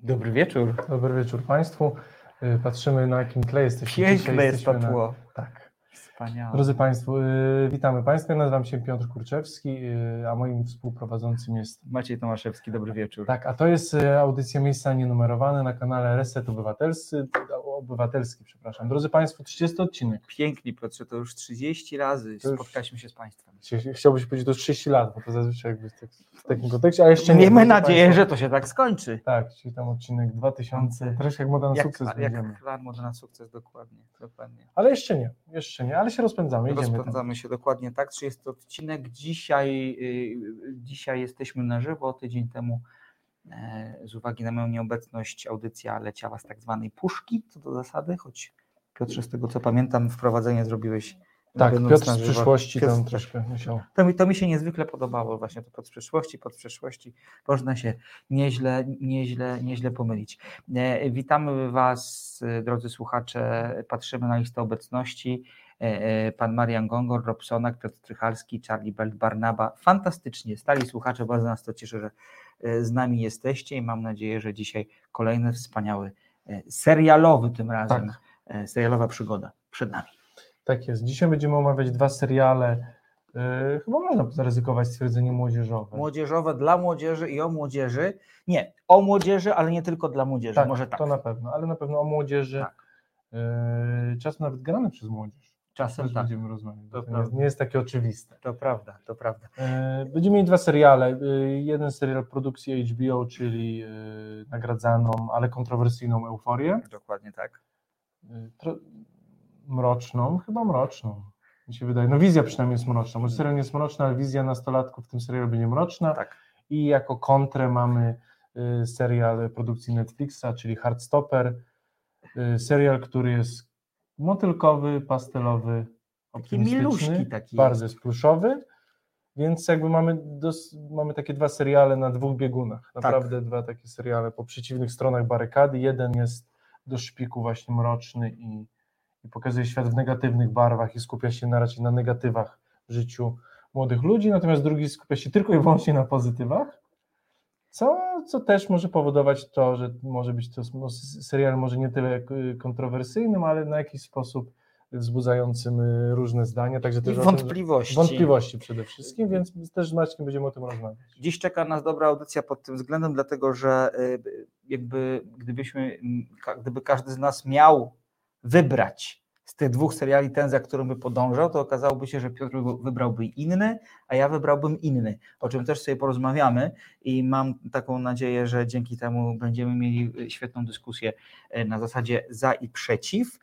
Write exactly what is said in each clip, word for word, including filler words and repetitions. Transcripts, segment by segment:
Dobry wieczór. Dobry wieczór Państwu. Patrzymy, na jakim tle jesteśmy. Piękne jest to tło. Na... Tak. Wspaniałe. Drodzy Państwo, witamy Państwa. Ja nazywam się Piotr Kurczewski, a moim współprowadzącym jest Maciej Tomaszewski. Dobry wieczór. Tak, a to jest audycja Miejsca Nienumerowane na kanale Reset Obywatelski, Obywatelski, przepraszam. Drodzy Państwo, trzydziesty odcinek. Pięknie, Piotrze, to już trzydzieści razy to już... spotkaliśmy się z Państwem. Chciałbyś powiedzieć, to trzydzieści lat, bo to zazwyczaj jakby w takim kontekście, a jeszcze nie. Miejmy nadzieję, Państwa, że to się tak skończy. Tak, czyli tam odcinek dwa tysiące, troszkę jak Moda na jak, sukces Jak będziemy. plan Moda na sukces, dokładnie, dokładnie. Ale jeszcze nie, jeszcze nie, ale się rozpędzamy. Rozpędzamy się dokładnie tak, trzydziesty odcinek. Dzisiaj, yy, dzisiaj jesteśmy na żywo, tydzień temu yy, z uwagi na moją nieobecność audycja leciała z tak zwanej puszki, co do zasady, choć Piotrze, z tego co pamiętam, wprowadzenie zrobiłeś. Tak, Piotr z przyszłości Piotr, tam troszkę musiał. To mi, to mi się niezwykle podobało, właśnie to pod przyszłości, pod przyszłości. Można się nieźle, nieźle, nieźle pomylić. E, witamy Was, drodzy słuchacze, patrzymy na listę obecności. E, e, pan Marian Gongor, Robsonak, Piotr Strychalski, Charlie Belt, Barnaba. Fantastycznie, stali słuchacze, bardzo nas to cieszy, że z nami jesteście i mam nadzieję, że dzisiaj kolejny wspaniały, serialowy tym razem, tak. serialowa przygoda przed nami. Tak jest. Dzisiaj będziemy omawiać dwa seriale, yy, chyba można zaryzykować stwierdzenie młodzieżowe. Młodzieżowe dla młodzieży i o młodzieży. Nie, o młodzieży, ale nie tylko dla młodzieży. Tak, może tak. To na pewno, ale na pewno o młodzieży. Tak. Yy, czasem nawet grane przez młodzież. Czasem Też tak. będziemy rozmawiać. To, to nie, jest, nie jest takie oczywiste. To prawda, to prawda. Yy, będziemy mieli dwa seriale. Yy, jeden serial produkcji H B O, czyli yy, nagradzaną, ale kontrowersyjną Euforię. Dokładnie tak. Yy, tro... Mroczną, chyba mroczną, mi się wydaje. No wizja przynajmniej jest mroczna. Może serial nie jest mroczna, ale wizja nastolatków w tym serialu będzie mroczna. Tak. I jako kontrę mamy y, serial produkcji Netflixa, czyli Heartstopper. Y, serial, który jest motylkowy, pastelowy, optymistyczny, taki bardzo jest pluszowy. Więc jakby mamy, dos, mamy takie dwa seriale na dwóch biegunach. Naprawdę tak. Dwa takie seriale po przeciwnych stronach barykady. Jeden jest do szpiku właśnie mroczny i i pokazuje świat w negatywnych barwach i skupia się na, raczej na negatywach w życiu młodych ludzi, natomiast drugi skupia się tylko i wyłącznie na pozytywach, co, co też może powodować to, że może być to serial może nie tyle kontrowersyjnym, ale na jakiś sposób wzbudzającym różne zdania. Także też wątpliwości. Tym, wątpliwości przede wszystkim, więc też z Maćkiem będziemy o tym rozmawiać. Dziś czeka nas dobra audycja pod tym względem, dlatego że jakby gdybyśmy, gdyby każdy z nas miał wybrać z tych dwóch seriali ten, za którym by podążał, to okazałoby się, że Piotr wybrałby inny, a ja wybrałbym inny, o czym też sobie porozmawiamy i mam taką nadzieję, że dzięki temu będziemy mieli świetną dyskusję na zasadzie za i przeciw.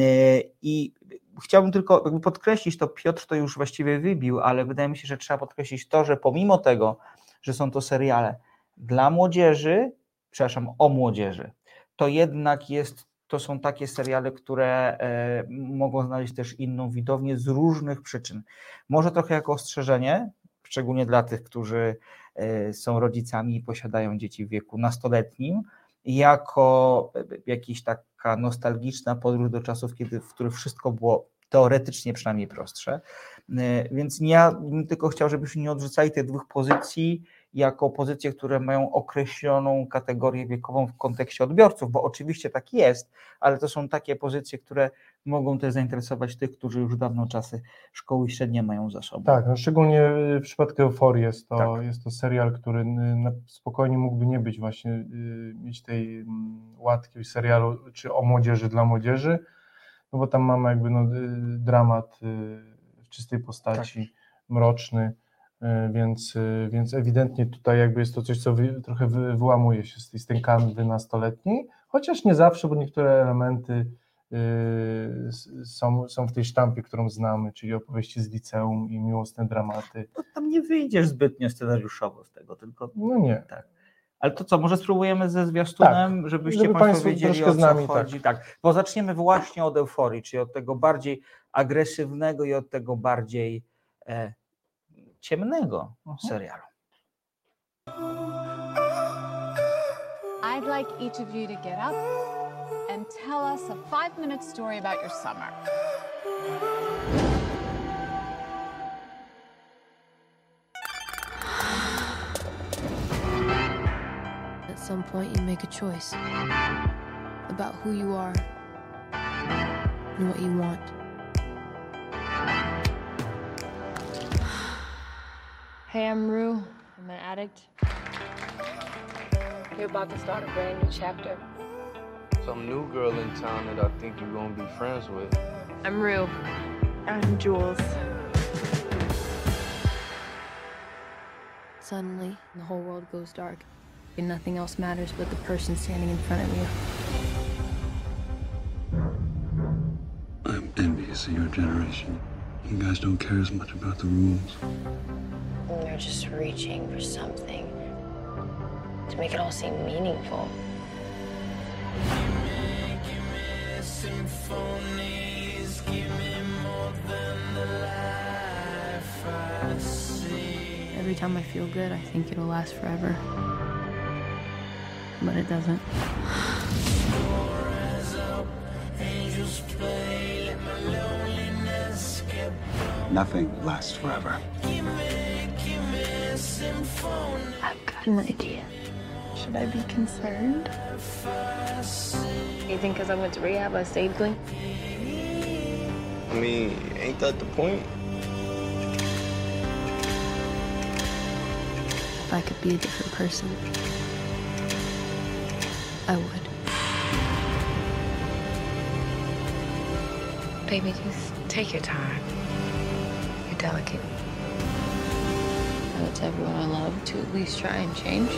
I chciałbym tylko jakby podkreślić, to Piotr to już właściwie wybił, ale wydaje mi się, że trzeba podkreślić to, że pomimo tego, że są to seriale dla młodzieży, przepraszam, o młodzieży, to jednak jest to są takie seriale, które e, mogą znaleźć też inną widownię z różnych przyczyn. Może trochę jako ostrzeżenie, szczególnie dla tych, którzy e, są rodzicami i posiadają dzieci w wieku nastoletnim, jako jakaś taka nostalgiczna podróż do czasów, kiedy, w których wszystko było teoretycznie przynajmniej prostsze. E, więc ja bym tylko chciał, żebyśmy nie odrzucali tych dwóch pozycji jako pozycje, które mają określoną kategorię wiekową w kontekście odbiorców, bo oczywiście tak jest, ale to są takie pozycje, które mogą też zainteresować tych, którzy już dawno czasy szkoły średnie mają za sobą. Tak, no szczególnie w przypadku Euforii jest to, tak. jest to serial, który spokojnie mógłby nie być właśnie, mieć tej łatki serialu, czy o młodzieży dla młodzieży, no bo tam mamy jakby no, dramat w czystej postaci, tak. mroczny, Więc, więc ewidentnie tutaj jakby jest to coś, co wy, trochę wy, wyłamuje się z tej, z tej kanwy nastoletniej, chociaż nie zawsze, bo niektóre elementy y, są, są w tej sztampie, którą znamy, czyli opowieści z liceum i miłosne dramaty. To tam nie wyjdziesz zbytnio scenariuszowo z tego, tylko... No nie. Tak. Ale to co, może spróbujemy ze zwiastunem, tak, żebyście żeby Państwo wiedzieli, o co z nami, chodzi. Tak. tak, bo zaczniemy właśnie od Euforii, czyli od tego bardziej agresywnego i od tego bardziej... E, ciemnego serialu. I'd like each of you to get up and tell us a five-minute story about your summer. at some point you make a choice about who you are and what you want. Hey, I'm Rue. I'm an addict. You're about to start a brand new chapter. Some new girl in town that I think you're gonna be friends with. I'm Rue. I'm Jules. Suddenly, the whole world goes dark, and nothing else matters but the person standing in front of you. I'm envious of your generation. You guys don't care as much about the rules. They're just reaching for something to make it all seem meaningful. Every time I feel good, I think it'll last forever. But it doesn't. Nothing lasts forever. I've got an idea. Should I be concerned? You think because I went to rehab, I stayed clean? I mean, ain't that the point? If I could be a different person, I would. Baby, just take your time. You're delicate. I would tell everyone I love to at least try and change.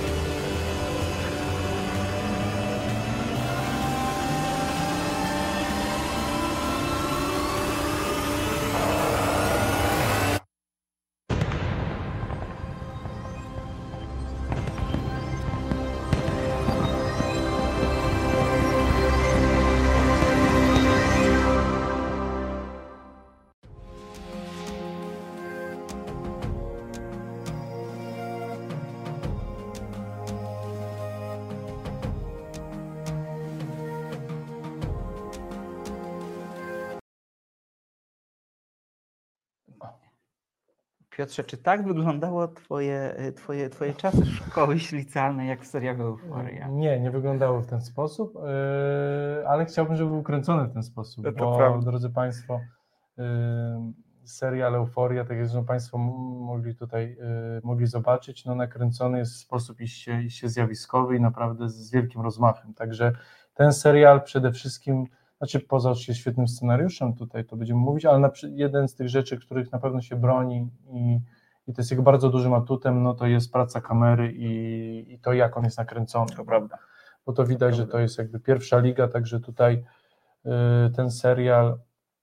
Piotrze, czy tak wyglądało twoje, twoje, twoje czasy szkoły licealnej jak w serialu Euphoria? Nie, nie wyglądało w ten sposób, yy, ale chciałbym, żeby był kręcony w ten sposób, To to bo prawda. drodzy Państwo, yy, serial Euphoria, tak jak zresztą Państwo m- mogli tutaj yy, mogli zobaczyć, no nakręcony jest w sposób iście, iście zjawiskowy i naprawdę z wielkim rozmachem, także ten serial przede wszystkim, znaczy poza oczywiście świetnym scenariuszem, tutaj to będziemy mówić, ale na, przy- jeden z tych rzeczy, których na pewno się broni i, i to jest jego bardzo dużym atutem, no to jest praca kamery i, i to, jak on jest nakręcony. To prawda. Bo to widać, że to jest jakby pierwsza liga, także tutaj y, ten serial,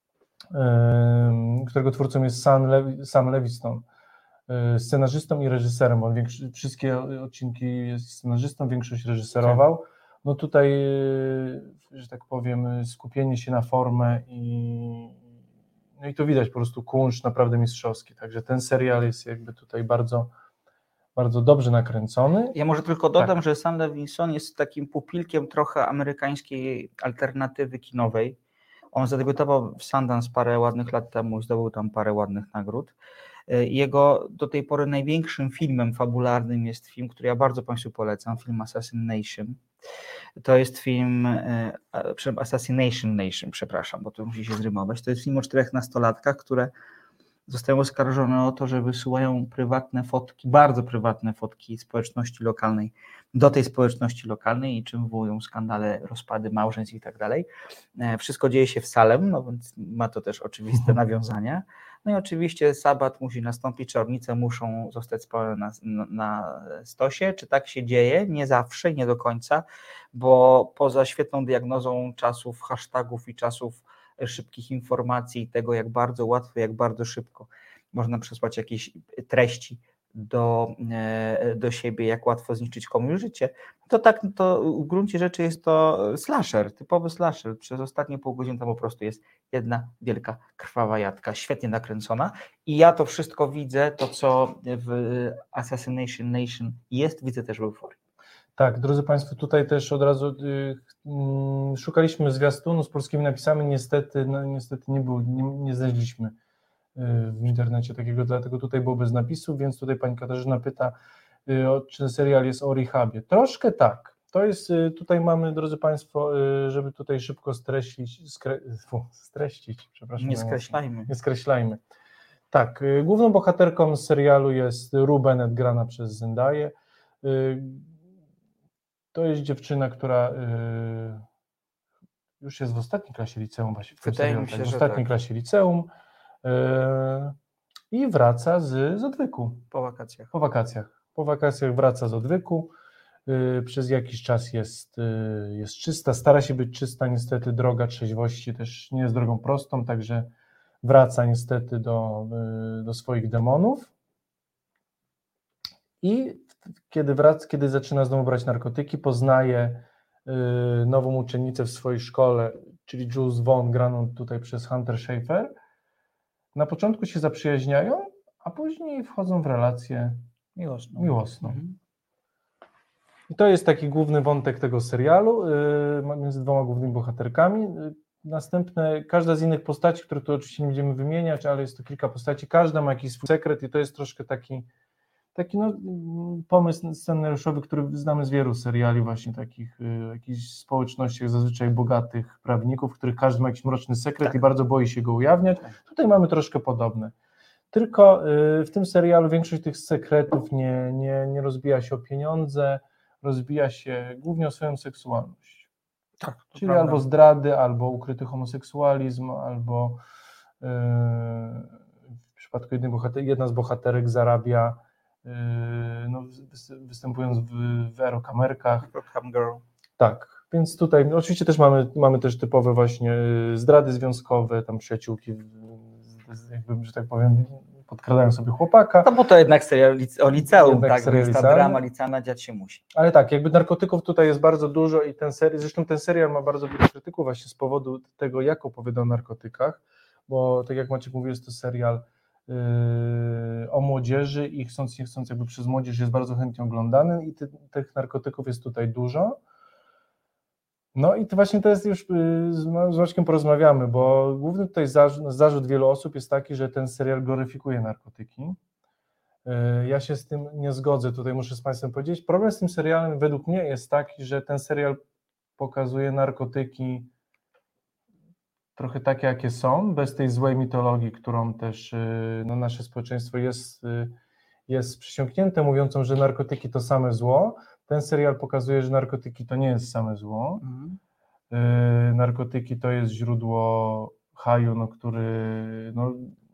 y, którego twórcą jest Sam, Lewi, Sam Levinson, y, scenarzystą i reżyserem, on większy, wszystkie odcinki jest scenarzystą, większość reżyserował. No tutaj, y, że tak powiem, skupienie się na formę i, no i to widać po prostu kunszt naprawdę mistrzowski, także ten serial jest jakby tutaj bardzo, bardzo dobrze nakręcony. Ja może tylko dodam, Tak. że Sam Levinson jest takim pupilkiem trochę amerykańskiej alternatywy kinowej. On zadebiutował w Sundance parę ładnych lat temu, zdobył tam parę ładnych nagród. Jego do tej pory największym filmem fabularnym jest film, który ja bardzo Państwu polecam, film Assassination. To jest film e, Assassination Nation, przepraszam, bo to musi się zrymować. To jest film o czterech nastolatkach, które zostają oskarżone o to, że wysyłają prywatne fotki, bardzo prywatne fotki społeczności lokalnej do tej społeczności lokalnej i czym wywołują skandale, rozpady małżeństw i tak dalej. Wszystko dzieje się w Salem, no więc ma to też oczywiste nawiązania. No i oczywiście sabat musi nastąpić, czarownice muszą zostać spełnione na, na, na stosie. Czy tak się dzieje? Nie zawsze, nie do końca, bo poza świetną diagnozą czasów hashtagów i czasów szybkich informacji i tego, jak bardzo łatwo, jak bardzo szybko można przesłać jakieś treści do, do siebie, jak łatwo zniszczyć komuś życie, to tak, to w gruncie rzeczy jest to slasher, typowy slasher. Przez ostatnie pół godziny tam po prostu jest jedna wielka krwawa jadka, świetnie nakręcona i ja to wszystko widzę, to co w Assassination Nation jest, widzę też w Euphorii. Tak, drodzy Państwo, tutaj też od razu y, y, szukaliśmy zwiastunu z polskimi napisami, niestety, no, niestety nie, było, nie, nie znaleźliśmy y, w internecie takiego, dlatego tutaj było bez napisów, więc tutaj Pani Katarzyna pyta, czy ten serial jest o rehabie. Troszkę tak. To jest, tutaj mamy, drodzy Państwo, żeby tutaj szybko streścić, skre, fu, streścić, przepraszam. Nie skreślajmy. Nie skreślajmy. Tak, główną bohaterką serialu jest Rue Bennett, grana przez Zendayę. To jest dziewczyna, która już jest w ostatniej klasie liceum, właśnie w, tym Wydaje serialu, mi się, tak, w że ostatniej tak. klasie liceum i wraca z, z odwyku. Po wakacjach. Po wakacjach. Po wakacjach wraca z odwyku. Przez jakiś czas jest, jest czysta, stara się być czysta, niestety droga trzeźwości też nie jest drogą prostą, także wraca niestety do, do swoich demonów i kiedy, wraca, kiedy zaczyna znowu brać narkotyki, poznaje nową uczennicę w swojej szkole, czyli Jules Vaughn, graną tutaj przez Hunter Schafer. Na początku się zaprzyjaźniają, a później wchodzą w relację miłosną. miłosną. Mhm. I to jest taki główny wątek tego serialu yy, między dwoma głównymi bohaterkami. Yy, następne, każda z innych postaci, które tu oczywiście nie będziemy wymieniać, ale jest to kilka postaci, każda ma jakiś swój sekret i to jest troszkę taki, taki no, pomysł scenariuszowy, który znamy z wielu seriali właśnie takich, yy, jakichś społecznościach zazwyczaj bogatych prawników, w których każdy ma jakiś mroczny sekret tak. i bardzo boi się go ujawniać. Tutaj mamy troszkę podobne. Tylko yy, w tym serialu większość tych sekretów nie, nie, nie rozbija się o pieniądze, rozbija się głównie o swoją seksualność. Tak, czyli prawda. albo zdrady, albo ukryty homoseksualizm, albo yy, w przypadku jednej bohater, jedna z bohaterek zarabia yy, no, występując w, w erokamerkach. Cam Girl. Tak, więc tutaj oczywiście też mamy, mamy też typowe właśnie zdrady związkowe, tam przyjaciółki, jakby, że tak powiem, podkradają sobie chłopaka. No bo to jednak serial o liceum, Jednak tak, serial więc ta licealny. drama licealna dziać się musi. Ale tak, jakby narkotyków tutaj jest bardzo dużo i ten serial, zresztą ten serial ma bardzo wielu krytyków właśnie z powodu tego, jak opowiada o narkotykach, bo tak jak Maciek mówił, jest to serial yy, o młodzieży i chcąc nie chcąc jakby przez młodzież jest bardzo chętnie oglądany i ty, tych narkotyków jest tutaj dużo. No i to właśnie to jest już, z Maćkiem porozmawiamy, bo główny tutaj zarzut, zarzut wielu osób jest taki, że ten serial gloryfikuje narkotyki. Ja się z tym nie zgodzę, tutaj muszę z Państwem powiedzieć. Problem z tym serialem według mnie jest taki, że ten serial pokazuje narkotyki trochę takie, jakie są, bez tej złej mitologii, którą też no, nasze społeczeństwo jest, jest przysiągnięte, mówiącą, że narkotyki to same zło. Ten serial pokazuje, że narkotyki to nie jest same zło. Mhm. Yy, narkotyki to jest źródło haju, no, który, no,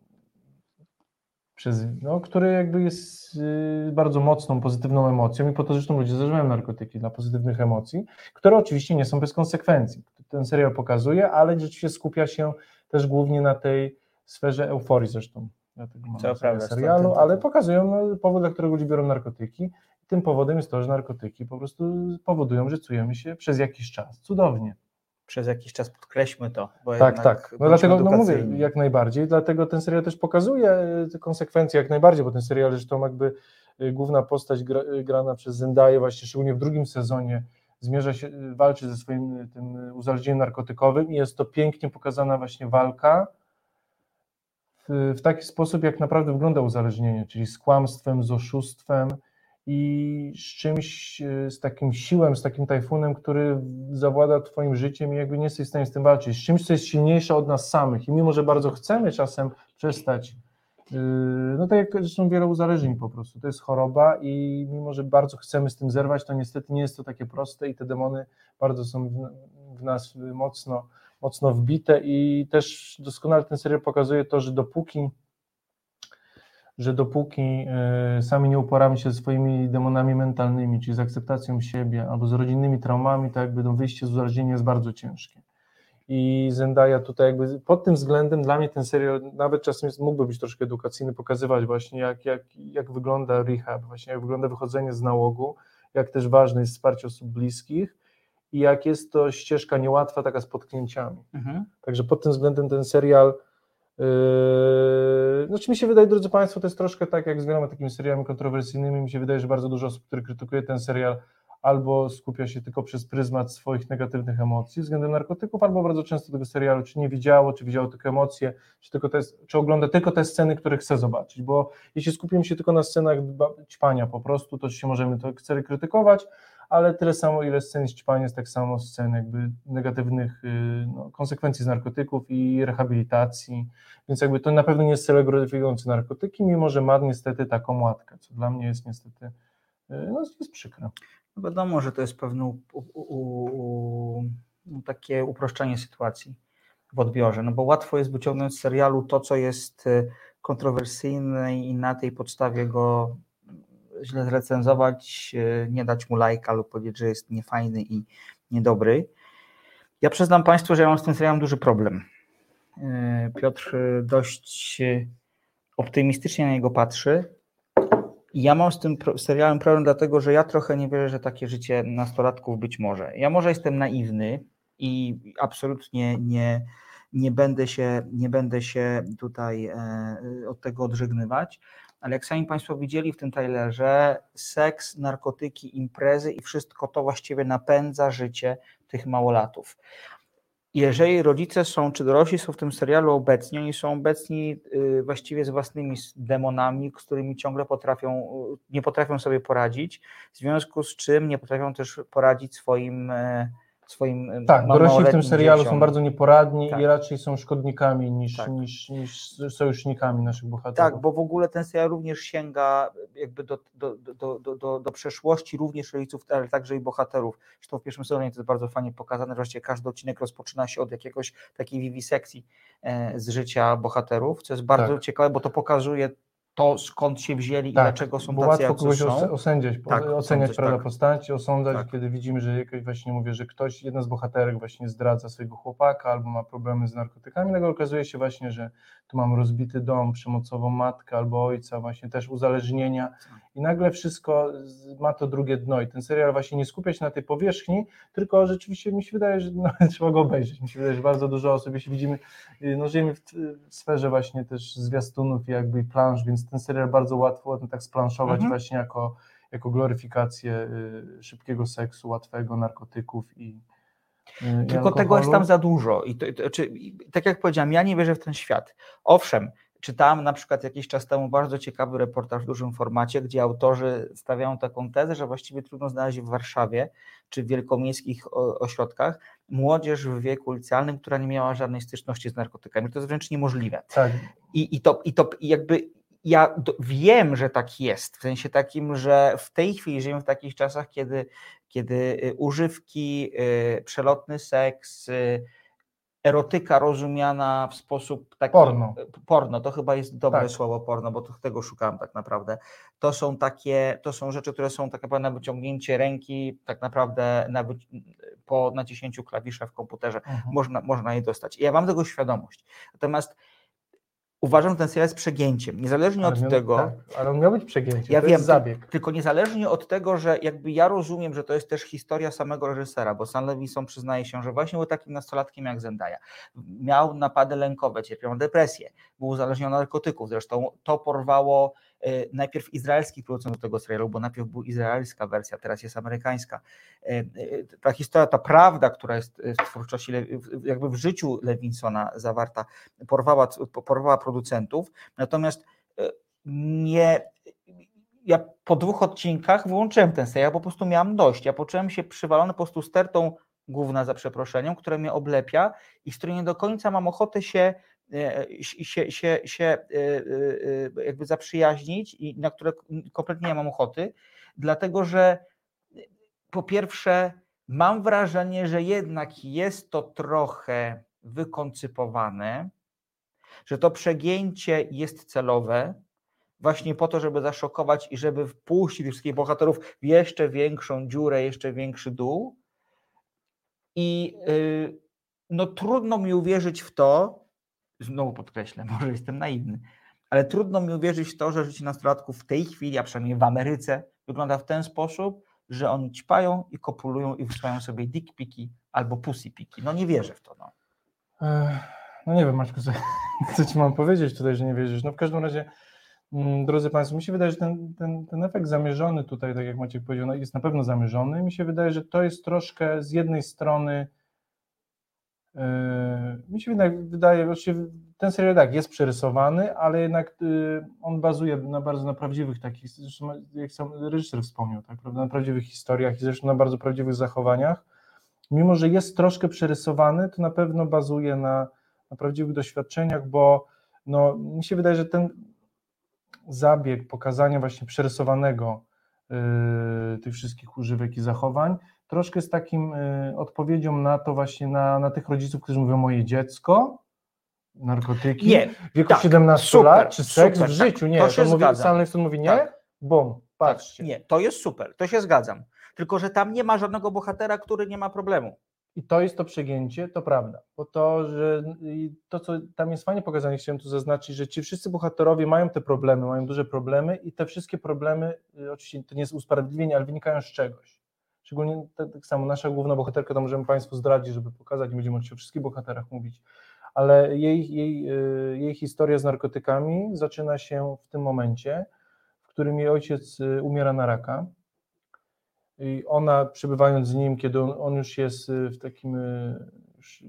przez, no, który jakby jest yy, bardzo mocną, pozytywną emocją i po to zresztą ludzie zażywają narkotyki dla pozytywnych emocji, które oczywiście nie są bez konsekwencji. Ten serial pokazuje, ale rzeczywiście skupia się też głównie na tej sferze euforii zresztą. Dlatego mamy prawda, serialu, ten, ten, ten. Ale pokazują no, powód, dla którego ludzie biorą narkotyki. Tym powodem jest to, że narkotyki po prostu powodują, że czujemy się przez jakiś czas cudownie. Przez jakiś czas podkreślmy to. Bo tak, tak. No dlatego no mówię, jak najbardziej, dlatego ten serial też pokazuje te konsekwencje jak najbardziej, bo ten serial zresztą jakby główna postać gra, grana przez Zendayę właśnie szczególnie w drugim sezonie zmierza się, walczy ze swoim tym uzależnieniem narkotykowym i jest to pięknie pokazana właśnie walka w, w taki sposób, jak naprawdę wygląda uzależnienie, czyli z kłamstwem, z oszustwem, i z czymś, z takim siłem, z takim tajfunem, który zawłada twoim życiem i jakby nie jesteś w stanie z tym walczyć, z czymś, co jest silniejsze od nas samych i mimo, że bardzo chcemy czasem przestać, no tak jak zresztą wiele uzależnień po prostu, to jest choroba i mimo, że bardzo chcemy z tym zerwać, to niestety nie jest to takie proste i te demony bardzo są w, w nas mocno, mocno wbite i też doskonale ten serial pokazuje to, że dopóki że dopóki y, sami nie uporamy się ze swoimi demonami mentalnymi, czyli z akceptacją siebie albo z rodzinnymi traumami, to jakby to wyjście z uzależnienia jest bardzo ciężkie. I Zendaya tutaj jakby pod tym względem dla mnie ten serial nawet czasem jest, mógłby być troszkę edukacyjny, pokazywać właśnie jak, jak, jak wygląda rehab, właśnie jak wygląda wychodzenie z nałogu, jak też ważne jest wsparcie osób bliskich i jak jest to ścieżka niełatwa, taka z potknięciami. Mhm. Także pod tym względem ten serial Yy, znaczy mi się wydaje, drodzy Państwo, to jest troszkę tak jak z wieloma takimi serialami kontrowersyjnymi, mi się wydaje, że bardzo dużo osób, które krytykuje ten serial, albo skupia się tylko przez pryzmat swoich negatywnych emocji względem narkotyków, albo bardzo często tego serialu czy nie widziało, czy widziało tylko emocje, czy, tylko te, czy ogląda tylko te sceny, które chce zobaczyć, bo jeśli skupimy się tylko na scenach ćpania po prostu, to się możemy to chcemy krytykować, ale tyle samo, ile scen ćpania jest tak samo scen jakby negatywnych no, konsekwencji z narkotyków i rehabilitacji, więc jakby to na pewno nie jest cel gloryfikujący narkotyki, mimo że ma niestety taką łatkę, co dla mnie jest niestety no, jest przykre. No wiadomo, że to jest pewne u, u, u, u, takie uproszczenie sytuacji w odbiorze, no bo łatwo jest wyciągnąć z serialu to, co jest kontrowersyjne i na tej podstawie go źle zrecenzować, nie dać mu lajka lub powiedzieć, że jest niefajny i niedobry. Ja przyznam Państwu, że ja mam z tym serialem duży problem. Piotr dość optymistycznie na niego patrzy. I ja mam z tym serialem problem, dlatego że ja trochę nie wierzę, że takie życie nastolatków być może. Ja może jestem naiwny i absolutnie nie, nie, będę, się, nie będę się tutaj od tego odżegnywać, ale jak sami Państwo widzieli w tym trailerze, seks, narkotyki, imprezy i wszystko to właściwie napędza życie tych małolatów. Jeżeli rodzice są, czy dorośli są w tym serialu obecni, oni są obecni właściwie z własnymi demonami, z którymi ciągle potrafią, nie potrafią sobie poradzić, w związku z czym nie potrafią też poradzić swoim swoim Tak, dorośli w tym serialu dzieciom. Są bardzo nieporadni tak. i raczej są szkodnikami niż, tak. niż, niż sojusznikami naszych bohaterów. Tak, bo w ogóle ten serial również sięga jakby do, do, do, do, do, do przeszłości również rodziców, ale także i bohaterów. Zresztą w pierwszym sezonie to jest bardzo fajnie pokazane, że właściwie każdy odcinek rozpoczyna się od jakiegoś takiej wiwisekcji z życia bohaterów, co jest bardzo tak. ciekawe, bo to pokazuje to, skąd się wzięli tak, i dlaczego są bo tacy, łatwo kogoś są. osędziać, tak, oceniać prawda, tak. postaci, osądzać, tak. kiedy widzimy, że jakoś właśnie mówię, że ktoś, jedna z bohaterek właśnie zdradza swojego chłopaka albo ma problemy z narkotykami, nagle okazuje się właśnie, że tu mam rozbity dom, przemocową matkę albo ojca, właśnie też uzależnienia i nagle wszystko ma to drugie dno i ten serial właśnie nie skupia się na tej powierzchni, tylko rzeczywiście mi się wydaje, że no, trzeba go obejrzeć, mi się wydaje, że bardzo dużo osób, jeśli widzimy, no żyjemy w, w sferze właśnie też zwiastunów i jakby plansz, więc ten serial bardzo łatwo tak splanszować mhm. właśnie jako, jako gloryfikację y, szybkiego seksu, łatwego, narkotyków i y, Tylko alkoholu. Tego jest tam za dużo. I to, to, czy, tak jak powiedziałem, ja nie wierzę w ten świat. Owszem, czytałem na przykład jakiś czas temu bardzo ciekawy reportaż w dużym formacie, gdzie autorzy stawiają taką tezę, że właściwie trudno znaleźć w Warszawie czy w wielkomiejskich ośrodkach młodzież w wieku licealnym, która nie miała żadnej styczności z narkotykami. To jest wręcz niemożliwe. Tak. I, i, to, i to i jakby ja do, wiem, że tak jest, w sensie takim, że w tej chwili żyjemy w takich czasach, kiedy, kiedy używki, przelotny seks, erotyka rozumiana w sposób taki... Porno. Porno, to chyba jest dobre tak. słowo porno, bo to, tego szukałem tak naprawdę. To są takie, to są rzeczy, które są tak naprawdę na wyciągnięcie ręki, tak naprawdę na wy, po naciśnięciu klawisza w komputerze mhm. można, można je dostać. I ja mam tego świadomość. Natomiast uważam, że ten serial jest przegięciem. Niezależnie ale od miał, tego... Tak, ale on miał być przegięciem, ja to wiem, jest zabieg. Tylko niezależnie od tego, że jakby ja rozumiem, że to jest też historia samego reżysera, bo Sam Levinson przyznaje się, że właśnie był takim nastolatkiem jak Zendaya. Miał napady lękowe, cierpiał na depresję, był uzależniony od narkotyków. Zresztą to porwało y, najpierw izraelskich producentów tego serialu, bo najpierw była izraelska wersja, teraz jest amerykańska. Y, y, ta historia, ta prawda, która jest w twórczości, jakby w życiu Levinsona zawarta, porwała, porwała producentów, natomiast nie, ja po dwóch odcinkach wyłączyłem ten serial, bo po prostu miałem dość. Ja poczułem się przywalony po prostu stertą gówna, za przeproszeniem, które mnie oblepia i z której nie do końca mam ochotę się, się, się, się jakby zaprzyjaźnić i na które kompletnie nie mam ochoty, dlatego że po pierwsze mam wrażenie, że jednak jest to trochę wykoncypowane, że to przegięcie jest celowe, właśnie po to, żeby zaszokować i żeby wpuścić tych wszystkich bohaterów w jeszcze większą dziurę, jeszcze większy dół. I yy, no trudno mi uwierzyć w to, znowu podkreślę, może jestem naiwny, ale trudno mi uwierzyć w to, że życie nastolatków w tej chwili, a przynajmniej w Ameryce, wygląda w ten sposób, że oni ćpają i kopulują i wysyłają sobie dick piki albo pussy piki. No nie wierzę w to. No, no nie wiem, Maćku, co, co ci mam powiedzieć tutaj, że nie wierzysz. No w każdym razie Drodzy Państwo, mi się wydaje, że ten, ten, ten efekt zamierzony tutaj, tak jak Maciek powiedział, no jest na pewno zamierzony. Mi się wydaje, że to jest troszkę z jednej strony, yy, mi się wydaje, wydaje właściwie ten serial tak jest przerysowany, ale jednak yy, on bazuje na bardzo na prawdziwych takich, zresztą jak sam reżyser wspomniał, tak, prawda, na prawdziwych historiach i zresztą na bardzo prawdziwych zachowaniach. Mimo że jest troszkę przerysowany, to na pewno bazuje na, na prawdziwych doświadczeniach, bo no, mi się wydaje, że ten zabieg pokazania właśnie przerysowanego y, tych wszystkich używek i zachowań troszkę jest takim y, odpowiedzią na to właśnie na, na tych rodziców, którzy mówią moje dziecko, narkotyki, Nie, w wieku tak, siedemnastu super, lat, czy seks super, w życiu, tak, nie, to się mówi, zgadzam. Sam Levinson mówi nie, Tak. bum, patrzcie. Tak, nie, to jest super, to się zgadzam, tylko że tam nie ma żadnego bohatera, który nie ma problemu. I to jest to przegięcie, to prawda, bo to, że to, co tam jest fajnie pokazane, chciałem tu zaznaczyć, że ci wszyscy bohaterowie mają te problemy, mają duże problemy i te wszystkie problemy, oczywiście to nie jest usprawiedliwienie, ale wynikają z czegoś. Szczególnie tak, tak samo nasza główna bohaterka, to możemy Państwu zdradzić, żeby pokazać, nie będziemy o wszystkich bohaterach mówić, ale jej, jej, jej historia z narkotykami zaczyna się w tym momencie, w którym jej ojciec umiera na raka. I ona, przebywając z nim, kiedy on, on już jest w takim już,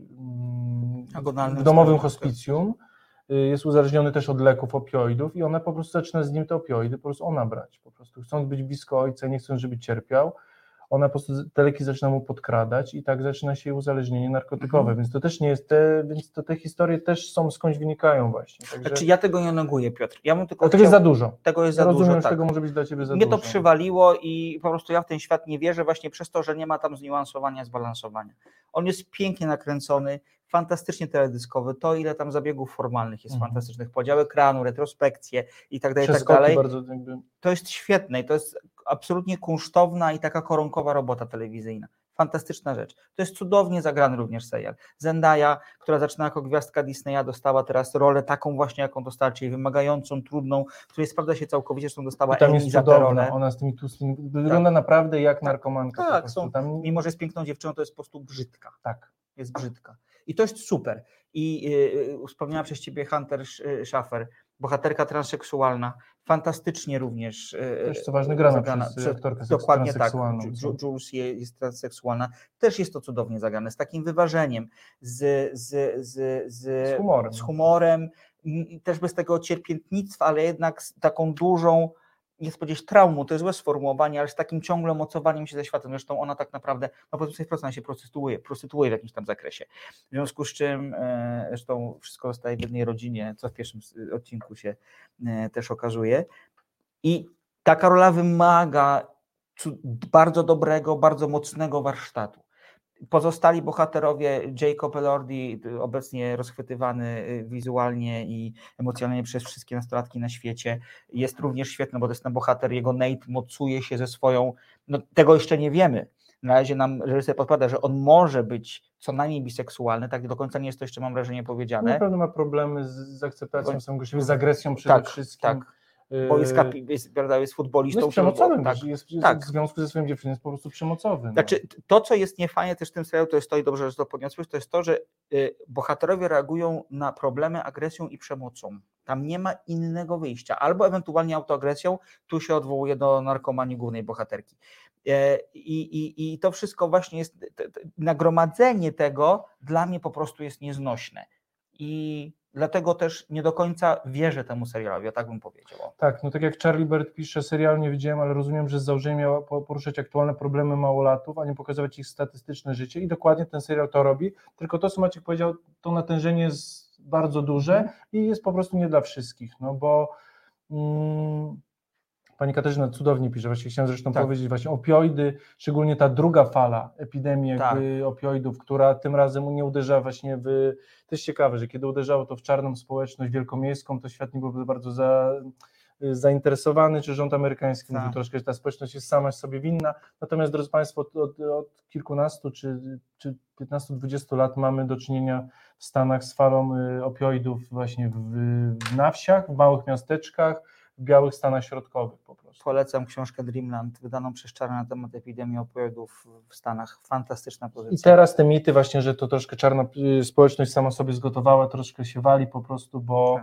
w domowym hospicjum, jest uzależniony też od leków, opioidów i ona po prostu zaczyna z nim te opioidy, po prostu ona brać, po prostu chcąc być blisko ojca, nie chcąc, żeby cierpiał, ona po prostu te leki zaczyna mu podkradać i tak zaczyna się jej uzależnienie narkotykowe, mhm. więc to też nie jest, te, więc to te historie też są, skądś wynikają właśnie. Także... Znaczy ja tego nie neguję, Piotr. Ja bym tylko tego chciał... jest za dużo. Tego jest ja za rozumiem, dużo, że tak. tego może być dla Ciebie za Mnie dużo. to przywaliło i po prostu ja w ten świat nie wierzę właśnie przez to, że nie ma tam zniuansowania, zbalansowania. On jest pięknie nakręcony, fantastycznie teledyskowy, to ile tam zabiegów formalnych jest mhm. fantastycznych, podziały ekranu, retrospekcje i tak dalej, i tak dalej. Bardzo jakby... To jest świetne i to jest absolutnie kunsztowna i taka koronkowa robota telewizyjna. Fantastyczna rzecz. To jest cudownie zagrany również serial. Zendaya, która zaczyna jako gwiazdka Disneya, dostała teraz rolę taką właśnie, jaką dostała, czyli wymagającą, trudną, której sprawdza się całkowicie, zresztą dostała Emmy za tę rolę. Ona z tymi tłustymi, wygląda tak. naprawdę jak tak. narkomanka. Tak, są, tam... mimo że jest piękną dziewczyną, to jest po prostu brzydka. Tak. Jest brzydka. I to jest super. I yy, wspomniała przez Ciebie Hunter Schafer, bohaterka transseksualna, fantastycznie również. Yy, też co ważne, grana przez, przez aktorkę dokładnie transseksualną. Tak, Jules jest transseksualna. Też jest to cudownie zagrane, z takim wyważeniem, z, z, z, z, z humorem. Z humorem, też bez tego cierpiętnictwa, ale jednak z taką dużą, nie chcę powiedzieć traumą, to jest złe sformułowanie, ale z takim ciągłym mocowaniem się ze światem. Zresztą ona tak naprawdę, no powiedzmy sobie, ona się prostytuuje, prostytuuje w jakimś tam zakresie. W związku z czym, e, zresztą wszystko zostaje w jednej rodzinie, co w pierwszym odcinku się e, też okazuje. I taka rola wymaga bardzo dobrego, bardzo mocnego warsztatu. Pozostali bohaterowie, Jacob Elordi, obecnie rozchwytywany wizualnie i emocjonalnie przez wszystkie nastolatki na świecie, jest również świetny, bo to jest ten bohater, jego Nate mocuje się ze swoją, no tego jeszcze nie wiemy, na razie nam reżyser podpowiada, że on może być co najmniej biseksualny, tak do końca nie jest to jeszcze, mam wrażenie, powiedziane. Na pewno ma problemy z, z akceptacją samego siebie, z agresją przede tak, wszystkim. Tak. Bo jest, kapi, jest, jest futbolistą. No jest przemocowym, tak, jest, jest tak. w związku ze swoim dziewczyną jest po prostu przemocowy. No. Znaczy, to, co jest niefajne też w tym serialu, to jest to i dobrze, że to podniosłeś, to jest to, że y, bohaterowie reagują na problemy agresją i przemocą. Tam nie ma innego wyjścia. Albo ewentualnie autoagresją, tu się odwołuje do narkomanii głównej bohaterki. Y, i, I to wszystko właśnie jest, t, t, nagromadzenie tego dla mnie po prostu jest nieznośne. I dlatego też nie do końca wierzę temu serialowi, ja tak bym powiedział. Tak, no tak jak Charlie Bird pisze, serial nie widziałem, ale rozumiem, że z założenia miała poruszać aktualne problemy małolatów, a nie pokazywać ich statystyczne życie i dokładnie ten serial to robi, tylko to, co Maciek powiedział, to natężenie jest bardzo duże mm. i jest po prostu nie dla wszystkich, no bo mm, Pani Katarzyna cudownie pisze, właśnie chciałem zresztą tak. powiedzieć, właśnie opioidy, szczególnie ta druga fala epidemii jakby tak. opioidów, która tym razem nie uderza właśnie w, to jest ciekawe, że kiedy uderzało to w czarną społeczność wielkomiejską, to świat nie byłby bardzo za, zainteresowany, czy rząd amerykański tak. mówił troszkę, że ta społeczność jest sama sobie winna, natomiast drodzy Państwo, od, od, od kilkunastu czy, czy piętnastu dwudziestu lat mamy do czynienia w Stanach z falą opioidów właśnie w, w, na wsiach, w małych miasteczkach, w białych Stanach Środkowych po prostu. Polecam książkę Dreamland, wydaną przez Czarna na temat epidemii opioidów w Stanach. Fantastyczna pozycja. I teraz te mity właśnie, że to troszkę czarna społeczność sama sobie zgotowała, troszkę się wali po prostu, bo,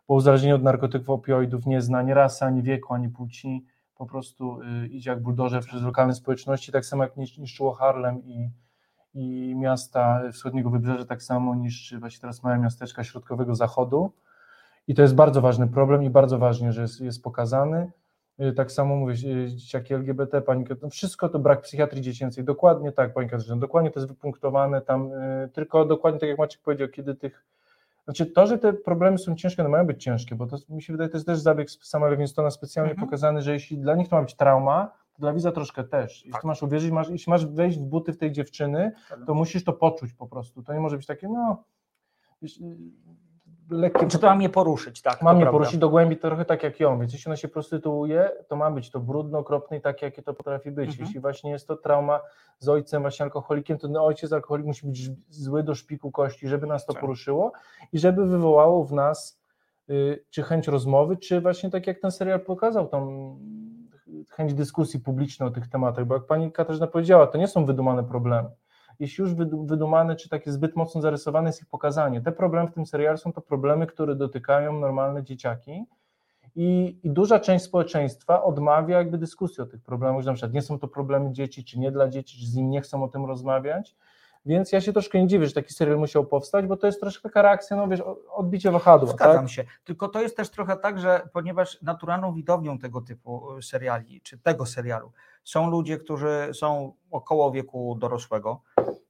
bo uzależnienie od narkotyków, opioidów nie zna ani rasy, ani wieku, ani płci, po prostu y, idzie jak buldożer przez lokalne społeczności, tak samo jak niszczyło Harlem i, i miasta wschodniego wybrzeża, tak samo niszczy właśnie teraz małe miasteczka środkowego zachodu i to jest bardzo ważny problem i bardzo ważnie, że jest, jest pokazany. Y, tak samo mówię, y, dzieciaki L G B T, pani, no wszystko to brak psychiatrii dziecięcej, dokładnie tak, pani Katarzyna, dokładnie to jest wypunktowane tam, y, tylko dokładnie tak jak Maciek powiedział, kiedy tych Znaczy to, że te problemy są ciężkie, no mają być ciężkie, bo to mi się wydaje, to jest też zabieg Sama Livingstona specjalnie mhm. pokazany, że jeśli dla nich to ma być trauma, to dla widza troszkę też. Jeśli tak. masz uwierzyć, masz, jeśli masz wejść w buty w tej dziewczyny, to musisz to poczuć po prostu. To nie może być takie, no... Wiesz, lekkie... Czy to ma mnie poruszyć, tak? Ma mnie poruszyć do głębi trochę tak jak ją, więc jeśli ona się prostytuuje, to ma być to brudno, okropne i takie, jakie to potrafi być. Mhm. Jeśli właśnie jest to trauma z ojcem właśnie alkoholikiem, to no, ojciec alkoholik musi być zły do szpiku kości, żeby nas to tak. poruszyło i żeby wywołało w nas y, czy chęć rozmowy, czy właśnie tak jak ten serial pokazał, tą chęć dyskusji publicznej o tych tematach, bo jak pani Katarzyna powiedziała, to nie są wydumane problemy. Jeśli już wydumane, czy takie zbyt mocno zarysowane jest ich pokazanie. Te problemy w tym serialu są to problemy, które dotykają normalne dzieciaki i, i duża część społeczeństwa odmawia jakby dyskusji o tych problemach, że na przykład nie są to problemy dzieci, czy nie dla dzieci, czy z nimi nie chcą o tym rozmawiać, więc ja się troszkę nie dziwię, że taki serial musiał powstać, bo to jest troszkę taka reakcja, no wiesz, odbicie wahadła. Zgadzam tak? się, tylko to jest też trochę tak, że ponieważ naturalną widownią tego typu seriali, czy tego serialu są ludzie, którzy są około wieku dorosłego,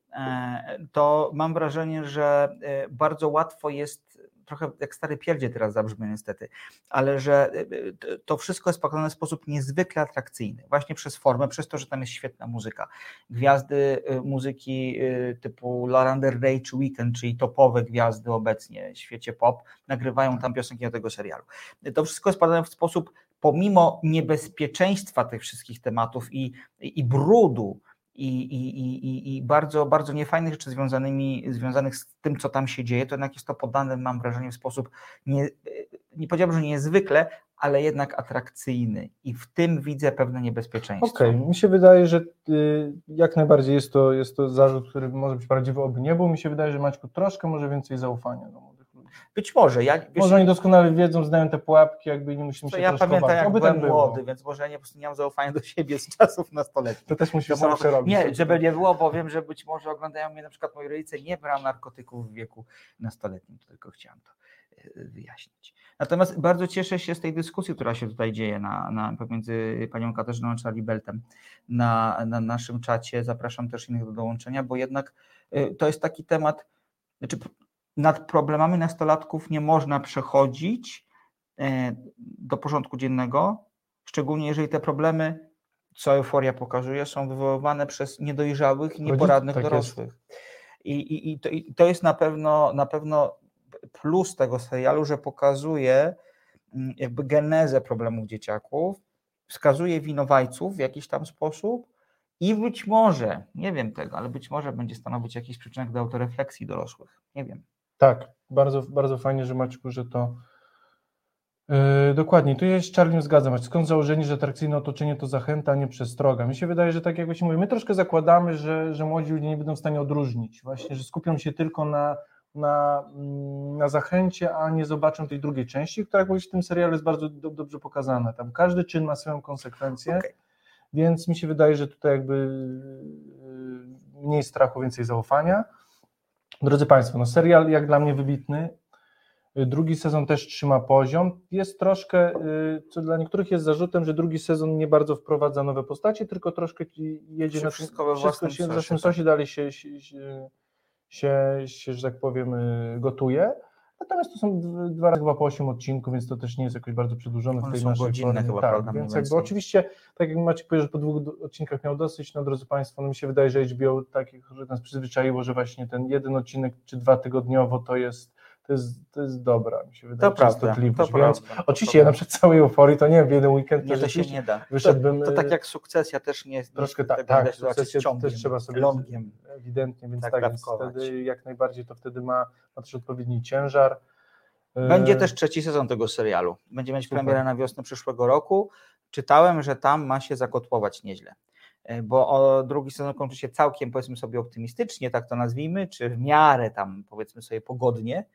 to mam wrażenie, że bardzo łatwo jest, trochę jak stary pierdzie teraz zabrzmi niestety, ale że to wszystko jest pokazane w sposób niezwykle atrakcyjny, właśnie przez formę, przez to, że tam jest świetna muzyka. Gwiazdy muzyki typu Larander Ray czy Weekend, czyli topowe gwiazdy obecnie w świecie pop, nagrywają tam piosenki do tego serialu. To wszystko jest pokazane w sposób, pomimo niebezpieczeństwa tych wszystkich tematów i, i brudu, I, i, i, i bardzo, bardzo niefajnych rzeczy związanymi, związanych z tym, co tam się dzieje, to jednak jest to podane, mam wrażenie, w sposób, nie, nie powiedziałbym, że niezwykle, ale jednak atrakcyjny i w tym widzę pewne niebezpieczeństwo. Okej, okay. Mi się wydaje, że y, jak najbardziej jest to, jest to zarzut, który może być prawdziwy, oby nie był. Mi się wydaje, że Maćku troszkę może więcej zaufania do młodych ludzi. Być może. Ja, wiesz, może oni doskonale wiedzą, znają te pułapki, jakby nie musimy się ja pamiętam, jak oby byłem tak młody, więc może ja nie, po prostu nie mam zaufania do siebie z czasów nastoletnich. To też musimy to sam przerobić. Nie, żeby nie było, bo wiem, że być może oglądają mnie na przykład moi rodzice, nie brałem narkotyków w wieku nastoletnim, tylko chciałem to wyjaśnić. Natomiast bardzo cieszę się z tej dyskusji, która się tutaj dzieje na, na, pomiędzy panią Katarzyną a Charlie Beltem na, na naszym czacie. Zapraszam też innych do dołączenia, bo jednak to jest taki temat, znaczy nad problemami nastolatków nie można przechodzić do porządku dziennego, szczególnie jeżeli te problemy, co Euforia pokazuje, są wywoływane przez niedojrzałych i nieporadnych tak dorosłych. I, i, i, to, I to jest na pewno, na pewno plus tego serialu, że pokazuje jakby genezę problemów dzieciaków, wskazuje winowajców w jakiś tam sposób i być może, nie wiem tego, ale być może będzie stanowić jakiś przyczynek do autorefleksji dorosłych. Nie wiem. Tak, bardzo, bardzo fajnie, że Maćku, że to yy, dokładnie, tu ja się z Charliem zgadzam. Skąd założenie, że atrakcyjne otoczenie to zachęta, a nie przestroga? Mi się wydaje, że tak jak właśnie mówię, my troszkę zakładamy, że, że młodzi ludzie nie będą w stanie odróżnić, właśnie, że skupią się tylko na, na, na zachęcie, a nie zobaczą tej drugiej części, która jak mówisz, w tym serialu jest bardzo do, dobrze pokazana. Tam każdy czyn ma swoją konsekwencję, okay. Więc mi się wydaje, że tutaj jakby mniej strachu, więcej zaufania. Drodzy Państwo, no serial jak dla mnie wybitny, drugi sezon też trzyma poziom, jest troszkę, co dla niektórych jest zarzutem, że drugi sezon nie bardzo wprowadza nowe postacie, tylko troszkę jedzie na wszystko we własnym się, sosie, sosie dalej się, się, się, się, się, że tak powiem, gotuje. Natomiast to są dwa razy chyba po osiem odcinków, więc to też nie jest jakoś bardzo przedłużone w tej naszej godzinne formie. Chyba, tak, więc jakby oczywiście, tak jak Maciek powiedział, że po dwóch odcinkach miał dosyć, no drodzy Państwo, no mi się wydaje, że H B O tak, że nas przyzwyczaiło, że właśnie ten jeden odcinek czy dwa tygodniowo to jest to jest, to jest dobra, mi się wydaje, to prawda, to więc prawda, oczywiście to ja na przykład całej euforii to nie w jeden weekend, nie, to się nie da. Wyszedłbym, to, to tak jak Sukcesja też nie jest troszkę tak, tak, Sukcesję też trzeba sobie longiem, ewidentnie, więc tak, tak więc wtedy jak najbardziej to wtedy ma, ma też odpowiedni ciężar. Będzie też trzeci sezon tego serialu. Będzie mieć premierę na wiosnę przyszłego roku. Czytałem, że tam ma się zakotłować nieźle, bo o drugi sezon kończy się całkiem, powiedzmy sobie, optymistycznie, tak to nazwijmy, czy w miarę tam, powiedzmy sobie, pogodnie.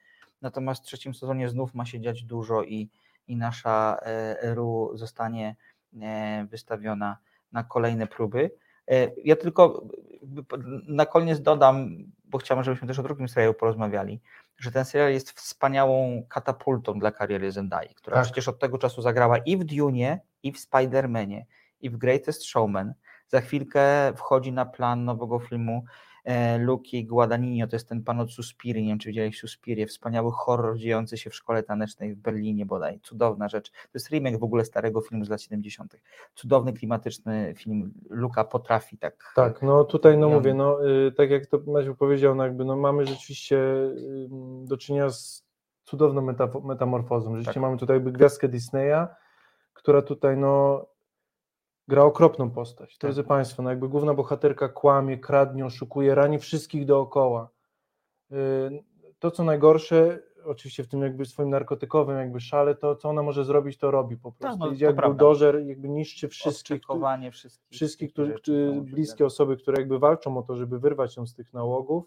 natomiast w trzecim sezonie znów ma się dziać dużo i, i nasza Ru zostanie wystawiona na kolejne próby. Ja tylko na koniec dodam, bo chciałbym, żebyśmy też o drugim serialu porozmawiali, że ten serial jest wspaniałą katapultą dla kariery Zendai, która tak. przecież od tego czasu zagrała i w Dune'ie, i w Spider-Manie, i w Greatest Showman. Za chwilkę wchodzi na plan nowego filmu e, Luki Guadagnino, to jest ten pan od Suspirii, nie wiem czy widziałeś Suspirię, wspaniały horror dziejący się w szkole tanecznej w Berlinie bodaj, cudowna rzecz. To jest remake w ogóle starego filmu z lat siedemdziesiątych. Cudowny, klimatyczny film. Luka potrafi tak... Tak, no tutaj no mówię, no y, tak jak to Maciu powiedział, no jakby no mamy rzeczywiście y, do czynienia z cudowną metaf- metamorfozą. Rzeczywiście tak. Mamy tutaj jakby gwiazdkę Disneya, która tutaj no gra okropną postać. Drodzy tak. Państwo, no jakby główna bohaterka kłamie, kradnie, oszukuje, rani wszystkich dookoła. To, co najgorsze, oczywiście w tym jakby swoim narkotykowym jakby szale, to co ona może zrobić, to robi po prostu. Tak, no, jak buldożer jakby niszczy wszystkich, wszystkich, wszystkich którzy, którzy, bliskie osoby, które jakby walczą o to, żeby wyrwać ją z tych nałogów.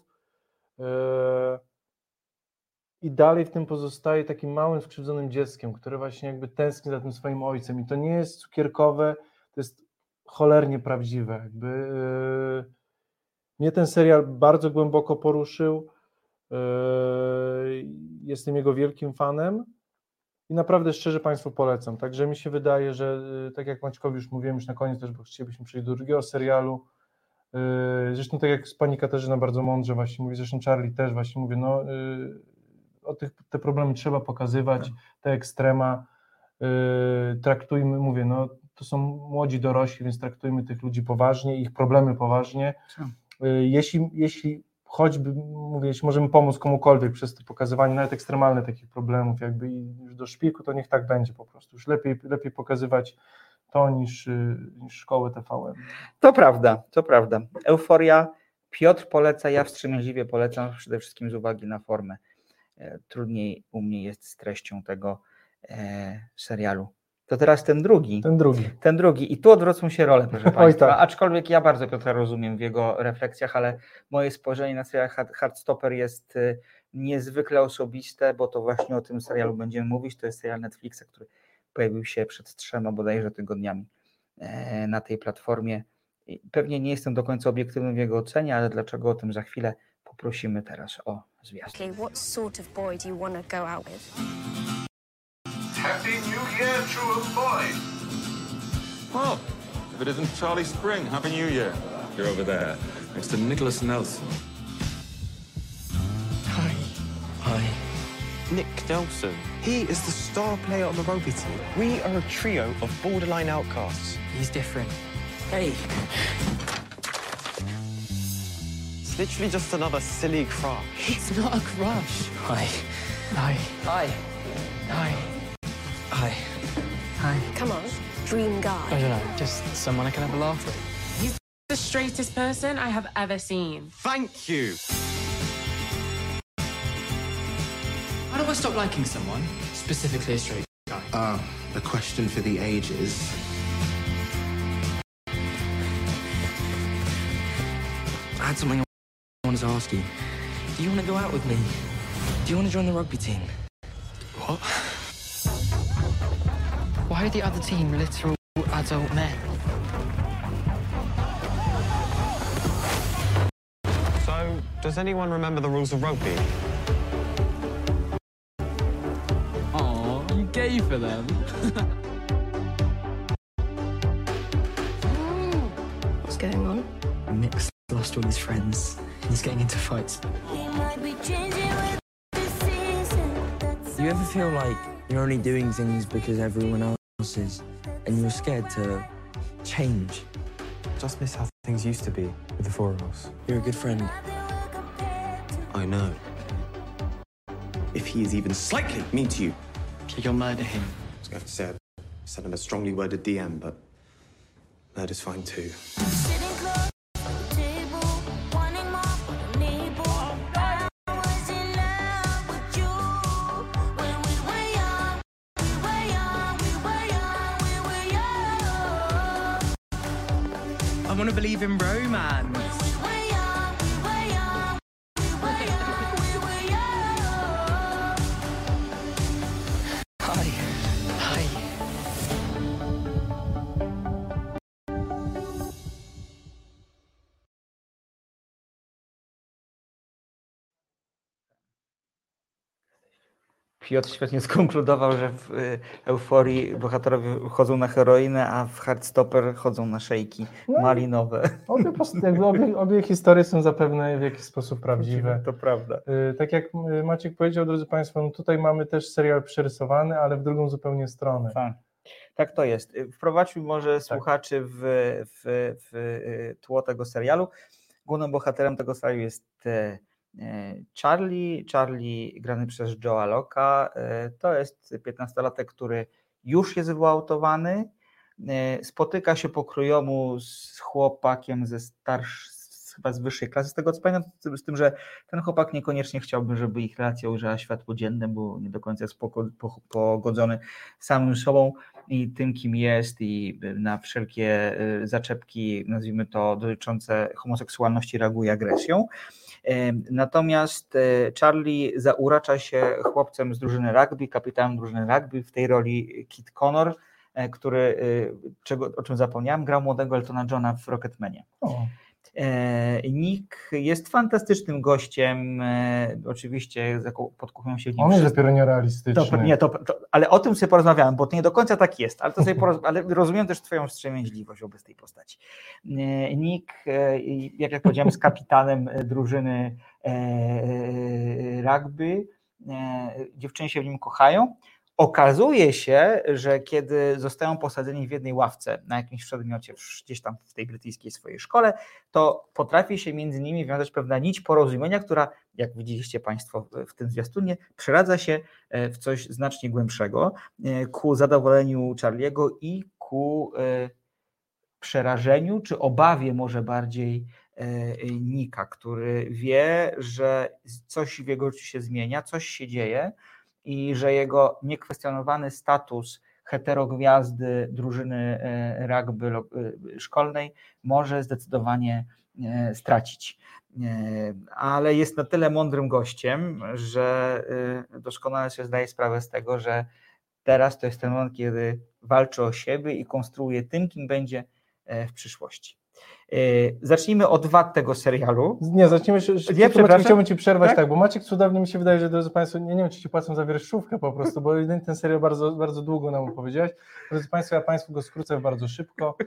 I dalej w tym pozostaje takim małym, skrzywdzonym dzieckiem, które właśnie jakby tęskni za tym swoim ojcem. I to nie jest cukierkowe, to jest cholernie prawdziwe. Jakby, yy, mnie ten serial bardzo głęboko poruszył. Yy, jestem jego wielkim fanem i naprawdę szczerze Państwu polecam. Także mi się wydaje, że yy, tak jak Maćkowi już mówiłem już na koniec też, bo chcielibyśmy przejść do drugiego serialu. Yy, zresztą tak jak pani Katarzyna bardzo mądrze właśnie mówi, zresztą Charlie też właśnie mówi, no yy, o tych, te problemy trzeba pokazywać, te ekstrema. Yy, traktujmy, mówię, no to są młodzi dorośli, więc traktujmy tych ludzi poważnie, ich problemy poważnie. Yy, jeśli, jeśli choćby, mówię, jeśli możemy pomóc komukolwiek przez to pokazywanie nawet ekstremalne takich problemów, jakby i już do szpiku, to niech tak będzie po prostu. Już lepiej, lepiej pokazywać to niż, niż szkołę T V N. To prawda, to prawda. Euforia, Piotr poleca, ja wstrzemięźliwie polecam, przede wszystkim z uwagi na formę. Trudniej u mnie jest z treścią tego e, serialu. To teraz ten drugi. Ten drugi. Ten drugi. I tu odwrócą się role, proszę Państwa. Tak. Aczkolwiek ja bardzo Piotra rozumiem w jego refleksjach, ale moje spojrzenie na serial Heartstopper jest niezwykle osobiste, bo to właśnie o tym serialu będziemy mówić. To jest serial Netflixa, który pojawił się przed trzema bodajże tygodniami e, na tej platformie. I pewnie nie jestem do końca obiektywny w jego ocenie, ale dlaczego o tym za chwilę poprosimy teraz o zwiastun. Okay, what sort of boy do you want to go out with? Happy New Year to a boy! Well, if it isn't Charlie Spring, Happy New Year. You're over there, next to Nicholas Nelson. Hi. Hi. Nick Nelson. He is the star player on the rugby team. We are a trio of borderline outcasts. He's different. Hey. It's literally just another silly crush. It's not a crush. Hi. Hi. Hi. Hi. Hi. Hi. Come on, dream guy. I don't know, just someone I can have a laugh with. He's the straightest person I have ever seen. Thank you. How do I stop liking someone, specifically a straight guy? Uh, a question for the ages. I had something I wanted to ask you. Do you want to go out with me? Do you want to join the rugby team? What? Why are the other team literal adult men? So, does anyone remember the rules of rugby? Oh, you gay for them? What's going on? Nick's lost all his friends. He's getting into fights. Do you ever feel like you're only doing things because everyone else is, and you're scared to change? Just miss how things used to be with the four of us. You're a good friend. I know. If he is even slightly mean to you, you'll murder him. I was going to say, I sent him a strongly worded D M, but murder's fine too. I want to believe in romance. Piotr świetnie skonkludował, że w Euforii bohaterowie chodzą na heroinę, a w Heartstopper chodzą na szejki no, malinowe. Obie, jakby obie, obie historie są zapewne w jakiś sposób prawdziwe. To prawda. Tak jak Maciek powiedział, drodzy Państwo, no tutaj mamy też serial przerysowany, ale w drugą zupełnie stronę. Tak, tak to jest. Wprowadźmy może tak. słuchaczy w, w, w tło tego serialu. Głównym bohaterem tego serialu jest Charlie, Charlie grany przez Joe'a Locke'a, to jest piętnastolatek, który już jest wyautowany, spotyka się po kryjomu z chłopakiem ze starszej, chyba z wyższej klasy, z tego co pamiętam, z tym, że ten chłopak niekoniecznie chciałby, żeby ich relacja ujrzała światło dzienne, bo nie do końca jest pogodzony samym sobą i tym, kim jest, i na wszelkie zaczepki, nazwijmy to, dotyczące homoseksualności reaguje agresją. Natomiast Charlie zauracza się chłopcem z drużyny rugby, kapitanem drużyny rugby, w tej roli Kit Connor, który, czego, o czym zapomniałem, grał młodego Eltona Johna w Rocketmanie. O. Nick jest fantastycznym gościem, oczywiście podkupują się nim. On jest dopiero nierealistyczny. To, nie, to, to, ale o tym sobie porozmawiałem, bo to nie do końca tak jest, ale, to sobie poroz, ale rozumiem też twoją wstrzemięźliwość wobec tej postaci. Nick, jak ja powiedziałem, jest kapitanem drużyny rugby, dziewczyny się w nim kochają. Okazuje się, że kiedy zostają posadzeni w jednej ławce na jakimś przedmiocie gdzieś tam w tej brytyjskiej swojej szkole, to potrafi się między nimi wiązać pewna nić porozumienia, która, jak widzieliście Państwo w tym zwiastunie, przeradza się w coś znacznie głębszego ku zadowoleniu Charliego i ku przerażeniu, czy obawie może bardziej Nicka, który wie, że coś w jego życiu się zmienia, coś się dzieje, i że jego niekwestionowany status heterogwiazdy drużyny rugby szkolnej może zdecydowanie stracić. Ale jest na tyle mądrym gościem, że doskonale sobie zdaje sprawę z tego, że teraz to jest ten moment, kiedy walczy o siebie i konstruuje tym, kim będzie w przyszłości. Zacznijmy od wad tego serialu. Nie, zacznijmy się. Nie, przepraszam. Chciałbym Ci przerwać, tak? tak, bo Maciek cudownie mi się wydaje, że drodzy Państwo, nie, nie wiem, czy Ci płacą za wierszówkę po prostu, bo ten serial bardzo, bardzo długo nam opowiedziałeś. Drodzy Państwo, ja Państwu go skrócę bardzo szybko.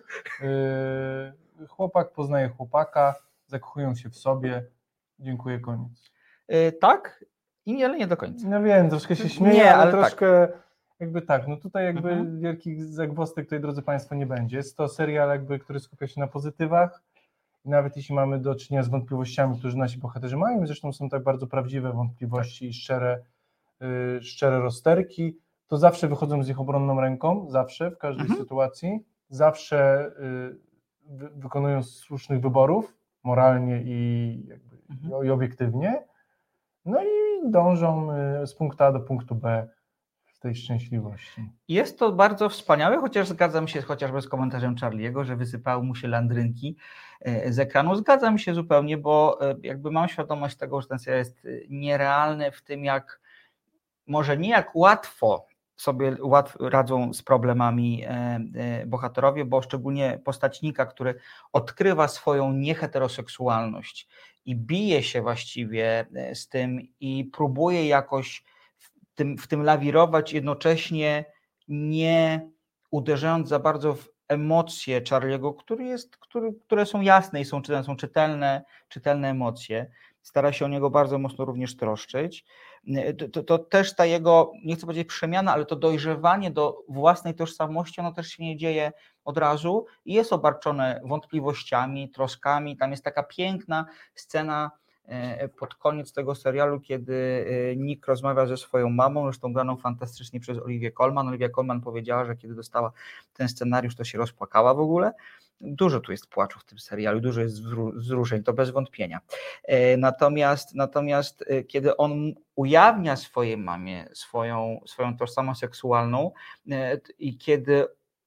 Yy, chłopak poznaje chłopaka, zakochują się w sobie. Dziękuję, koniec. Yy, tak, i ale nie do końca. No wiem, troszkę się śmieję, nie, ale, ale troszkę... Tak. Jakby tak, no tutaj jakby mhm. wielkich zagwozdek tutaj, drodzy Państwo, nie będzie. Jest to serial, jakby, który skupia się na pozytywach i nawet jeśli mamy do czynienia z wątpliwościami, które nasi bohaterzy mają, zresztą są tak bardzo prawdziwe wątpliwości i szczere, yy, szczere rozterki, to zawsze wychodzą z ich obronną ręką, zawsze, w każdej mhm. sytuacji, zawsze yy, wy, wykonują słusznych wyborów, moralnie i, jakby, mhm. i obiektywnie, no i dążą yy, z punktu A do punktu B, tej szczęśliwości. Jest to bardzo wspaniałe, chociaż zgadzam się chociażby z komentarzem Charliego, że wysypały mu się landrynki z ekranu. Zgadzam się zupełnie, bo jakby mam świadomość tego, że ten serial jest nierealny w tym, jak może nie jak łatwo sobie łatwo radzą z problemami bohaterowie, bo szczególnie postać Nicka, który odkrywa swoją nieheteroseksualność i bije się właściwie z tym i próbuje jakoś Tym, w tym lawirować, jednocześnie nie uderzając za bardzo w emocje Charliego, który jest, który, które są jasne i są czytelne, są czytelne, czytelne emocje. Stara się o niego bardzo mocno również troszczyć. To, to, to też ta jego, nie chcę powiedzieć przemiana, ale to dojrzewanie do własnej tożsamości, ono też się nie dzieje od razu i jest obarczone wątpliwościami, troskami. Tam jest taka piękna scena pod koniec tego serialu, kiedy Nick rozmawia ze swoją mamą, zresztą graną fantastycznie przez Olivię Colman. Olivia Colman powiedziała, że kiedy dostała ten scenariusz, to się rozpłakała w ogóle. Dużo tu jest płaczu w tym serialu, dużo jest wzruszeń, to bez wątpienia. Natomiast, natomiast kiedy on ujawnia swojej mamie swoją, swoją tożsamość seksualną i kiedy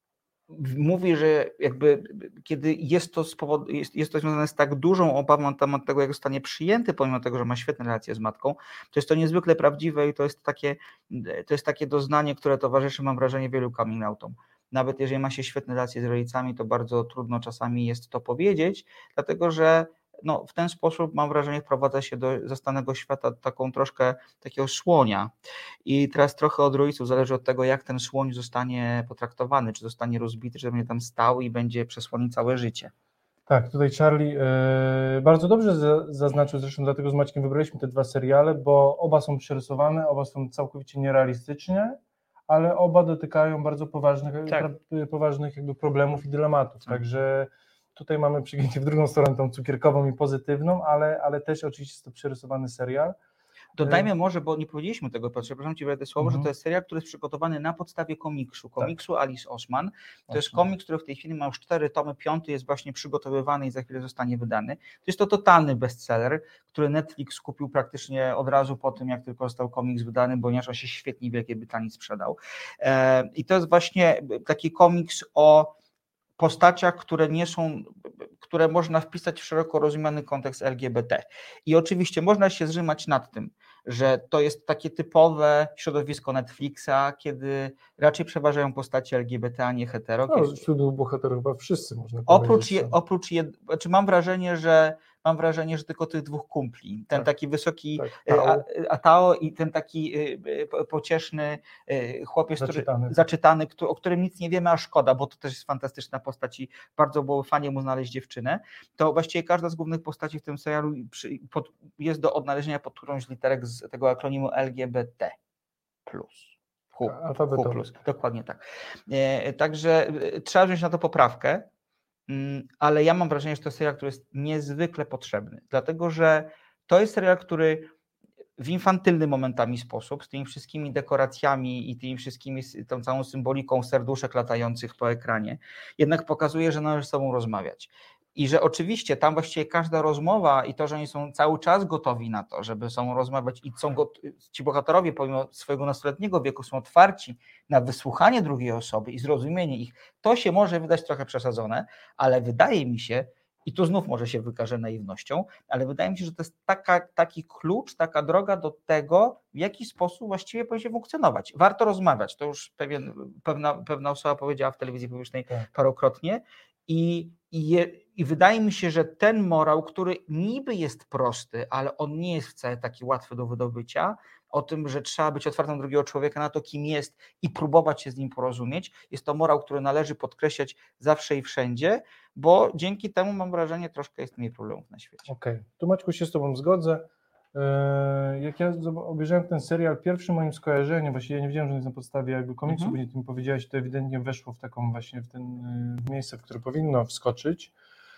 mówi, że jakby kiedy jest to, z powodu, jest, jest to związane z tak dużą obawą na temat tego, jak zostanie przyjęty, pomimo tego, że ma świetne relacje z matką, to jest to niezwykle prawdziwe i to jest takie, to jest takie doznanie, które towarzyszy, mam wrażenie, wielu coming outom. Nawet jeżeli ma się świetne relacje z rodzicami, to bardzo trudno czasami jest to powiedzieć, dlatego że no, w ten sposób mam wrażenie wprowadza się do zastanego świata taką troszkę takiego słonia i teraz trochę od rodziców zależy od tego, jak ten słoń zostanie potraktowany, czy zostanie rozbity, czy będzie tam stał i będzie przesłonił całe życie. Tak, tutaj Charlie e, bardzo dobrze zaznaczył, zresztą dlatego z Maćkiem wybraliśmy te dwa seriale, bo oba są przerysowane, oba są całkowicie nierealistyczne, ale oba dotykają bardzo poważnych, tak. pra, poważnych jakby problemów i dylematów, tak. Także tutaj mamy przegięcie w drugą stronę, tą cukierkową i pozytywną, ale, ale też oczywiście jest to przerysowany serial. Dodajmy może, bo nie powiedzieliśmy tego, przepraszam Ci te słowo, mm-hmm. że to jest serial, który jest przygotowany na podstawie komiksu, komiksu tak. Alice Oseman. To Osman. jest komiks, który w tej chwili ma już cztery tomy, piąty jest właśnie przygotowywany i za chwilę zostanie wydany. To jest to totalny bestseller, który Netflix kupił praktycznie od razu po tym, jak tylko został komiks wydany, ponieważ on się świetnie w Wielkiej Brytanii sprzedał. E, I to jest właśnie taki komiks o postaciach, które nie są, które można wpisać w szeroko rozumiany kontekst L G B T. I oczywiście można się zrzymać nad tym, że to jest takie typowe środowisko Netflixa, kiedy raczej przeważają postacie L G B T, a nie hetero. No, wśród bohaterów chyba wszyscy można oprócz powiedzieć. Je, oprócz jed, znaczy mam wrażenie, że mam wrażenie, że tylko tych dwóch kumpli. Ten tak. taki wysoki tak, Tao. Atao i ten taki pocieszny chłopiec, zaczytany, który, zaczytany który, o którym nic nie wiemy, a szkoda, bo to też jest fantastyczna postać i bardzo było fajnie mu znaleźć dziewczynę. To właściwie każda z głównych postaci w tym serialu pod, jest do odnalezienia pod którąś literek z tego akronimu L G B T plus. Hu, Hu plus. Dokładnie tak. E, także trzeba wziąć na to poprawkę. Ale ja mam wrażenie, że to jest serial, który jest niezwykle potrzebny, dlatego że to jest serial, który w infantylny momentami sposób, z tymi wszystkimi dekoracjami i tymi wszystkimi, tą całą symboliką serduszek latających po ekranie, jednak pokazuje, że należy z sobą rozmawiać. I że oczywiście tam właściwie każda rozmowa i to, że oni są cały czas gotowi na to, żeby ze sobą rozmawiać i są got- ci bohaterowie pomimo swojego nastoletniego wieku są otwarci na wysłuchanie drugiej osoby i zrozumienie ich, to się może wydać trochę przesadzone, ale wydaje mi się, i tu znów może się wykaże naiwnością, ale wydaje mi się, że to jest taka, taki klucz, taka droga do tego, w jaki sposób właściwie powinien się funkcjonować. Warto rozmawiać, to już pewien, pewna, pewna osoba powiedziała w telewizji publicznej tak. parokrotnie i, i, je, i wydaje mi się, że ten morał, który niby jest prosty, ale on nie jest wcale taki łatwy do wydobycia, o tym, że trzeba być otwartym drugiego człowieka na to, kim jest i próbować się z nim porozumieć. Jest to morał, który należy podkreślać zawsze i wszędzie, bo dzięki temu mam wrażenie, troszkę jest mniej problemów na świecie. Okej, okay. Tu Maćku się z Tobą zgodzę. Jak ja obejrzałem ten serial, pierwszym moim skojarzeniem, właściwie ja nie wiedziałem, że jest na podstawie jakby komiksu, mm-hmm. bo ty mi powiedziałeś, to ewidentnie weszło w taką właśnie w ten w miejsce, w które powinno wskoczyć.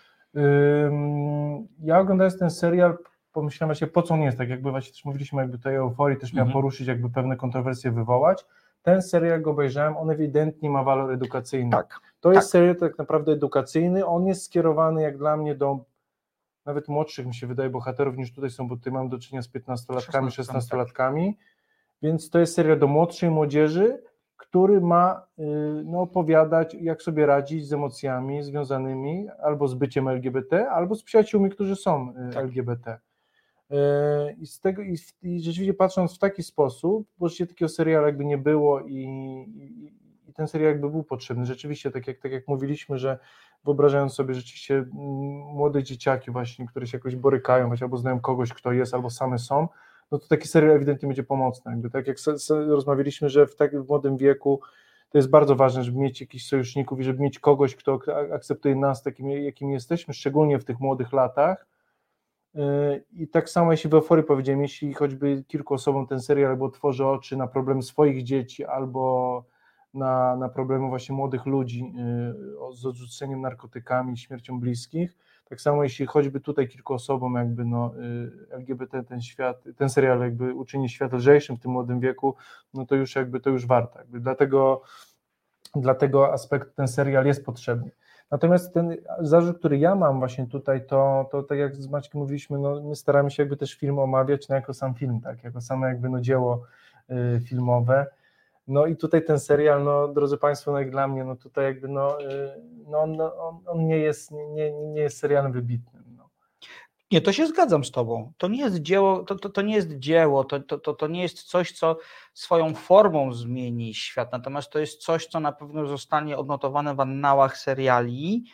Ja oglądając ten serial, pomyślałem właśnie, po co on jest, tak jakby właśnie też mówiliśmy, jakby tej euforii też miał mm-hmm. poruszyć, jakby pewne kontrowersje wywołać. Ten serial, go obejrzałem, on ewidentnie ma walor edukacyjny. Tak, to jest tak. serial tak naprawdę edukacyjny, on jest skierowany jak dla mnie do nawet młodszych, mi się wydaje, bohaterów niż tutaj są, bo tutaj mam do czynienia z piętnastolatkami, szesnastolatkami, tak. Więc to jest serial do młodszej młodzieży, który ma no, opowiadać, jak sobie radzić z emocjami związanymi albo z byciem L G B T, albo z przyjaciółmi, którzy są tak. L G B T. I, z tego, i, i rzeczywiście patrząc w taki sposób, bo rzeczywiście takiego serialu jakby nie było i, i, i ten serial jakby był potrzebny. Rzeczywiście, tak jak, tak jak mówiliśmy, że wyobrażając sobie rzeczywiście młode dzieciaki właśnie, które się jakoś borykają, albo znają kogoś, kto jest, albo same są, no to taki serial ewidentnie będzie pomocny. Jakby tak jak rozmawialiśmy, że w tak w młodym wieku to jest bardzo ważne, żeby mieć jakichś sojuszników i żeby mieć kogoś, kto akceptuje nas takimi, jakimi jesteśmy, szczególnie w tych młodych latach. I tak samo, jeśli w euforii powiedziałem, jeśli choćby kilku osobom ten serial albo otworzy oczy na problem swoich dzieci, albo na, na problemy właśnie młodych ludzi z odrzuceniem narkotykami, śmiercią bliskich, tak samo jeśli choćby tutaj kilku osobom jakby no L G B T ten świat, ten serial jakby uczyni świat lżejszym w tym młodym wieku, no to już jakby to już warto. Jakby dlatego, dlatego aspekt ten serial jest potrzebny. Natomiast ten zarzut, który ja mam właśnie tutaj, to, to tak jak z Maćkiem mówiliśmy, no my staramy się jakby też film omawiać no jako sam film, tak, jako samo jakby no dzieło y, filmowe. No i tutaj ten serial, no drodzy Państwo, no jak dla mnie, no tutaj jakby no, y, no on, on, on nie jest, nie, nie jest serialem wybitnym. No. Nie, to się zgadzam z Tobą. To nie jest dzieło, to, to, to nie jest dzieło, to, to, to nie jest coś, co swoją formą zmieni świat, natomiast to jest coś, co na pewno zostanie odnotowane w annałach seriali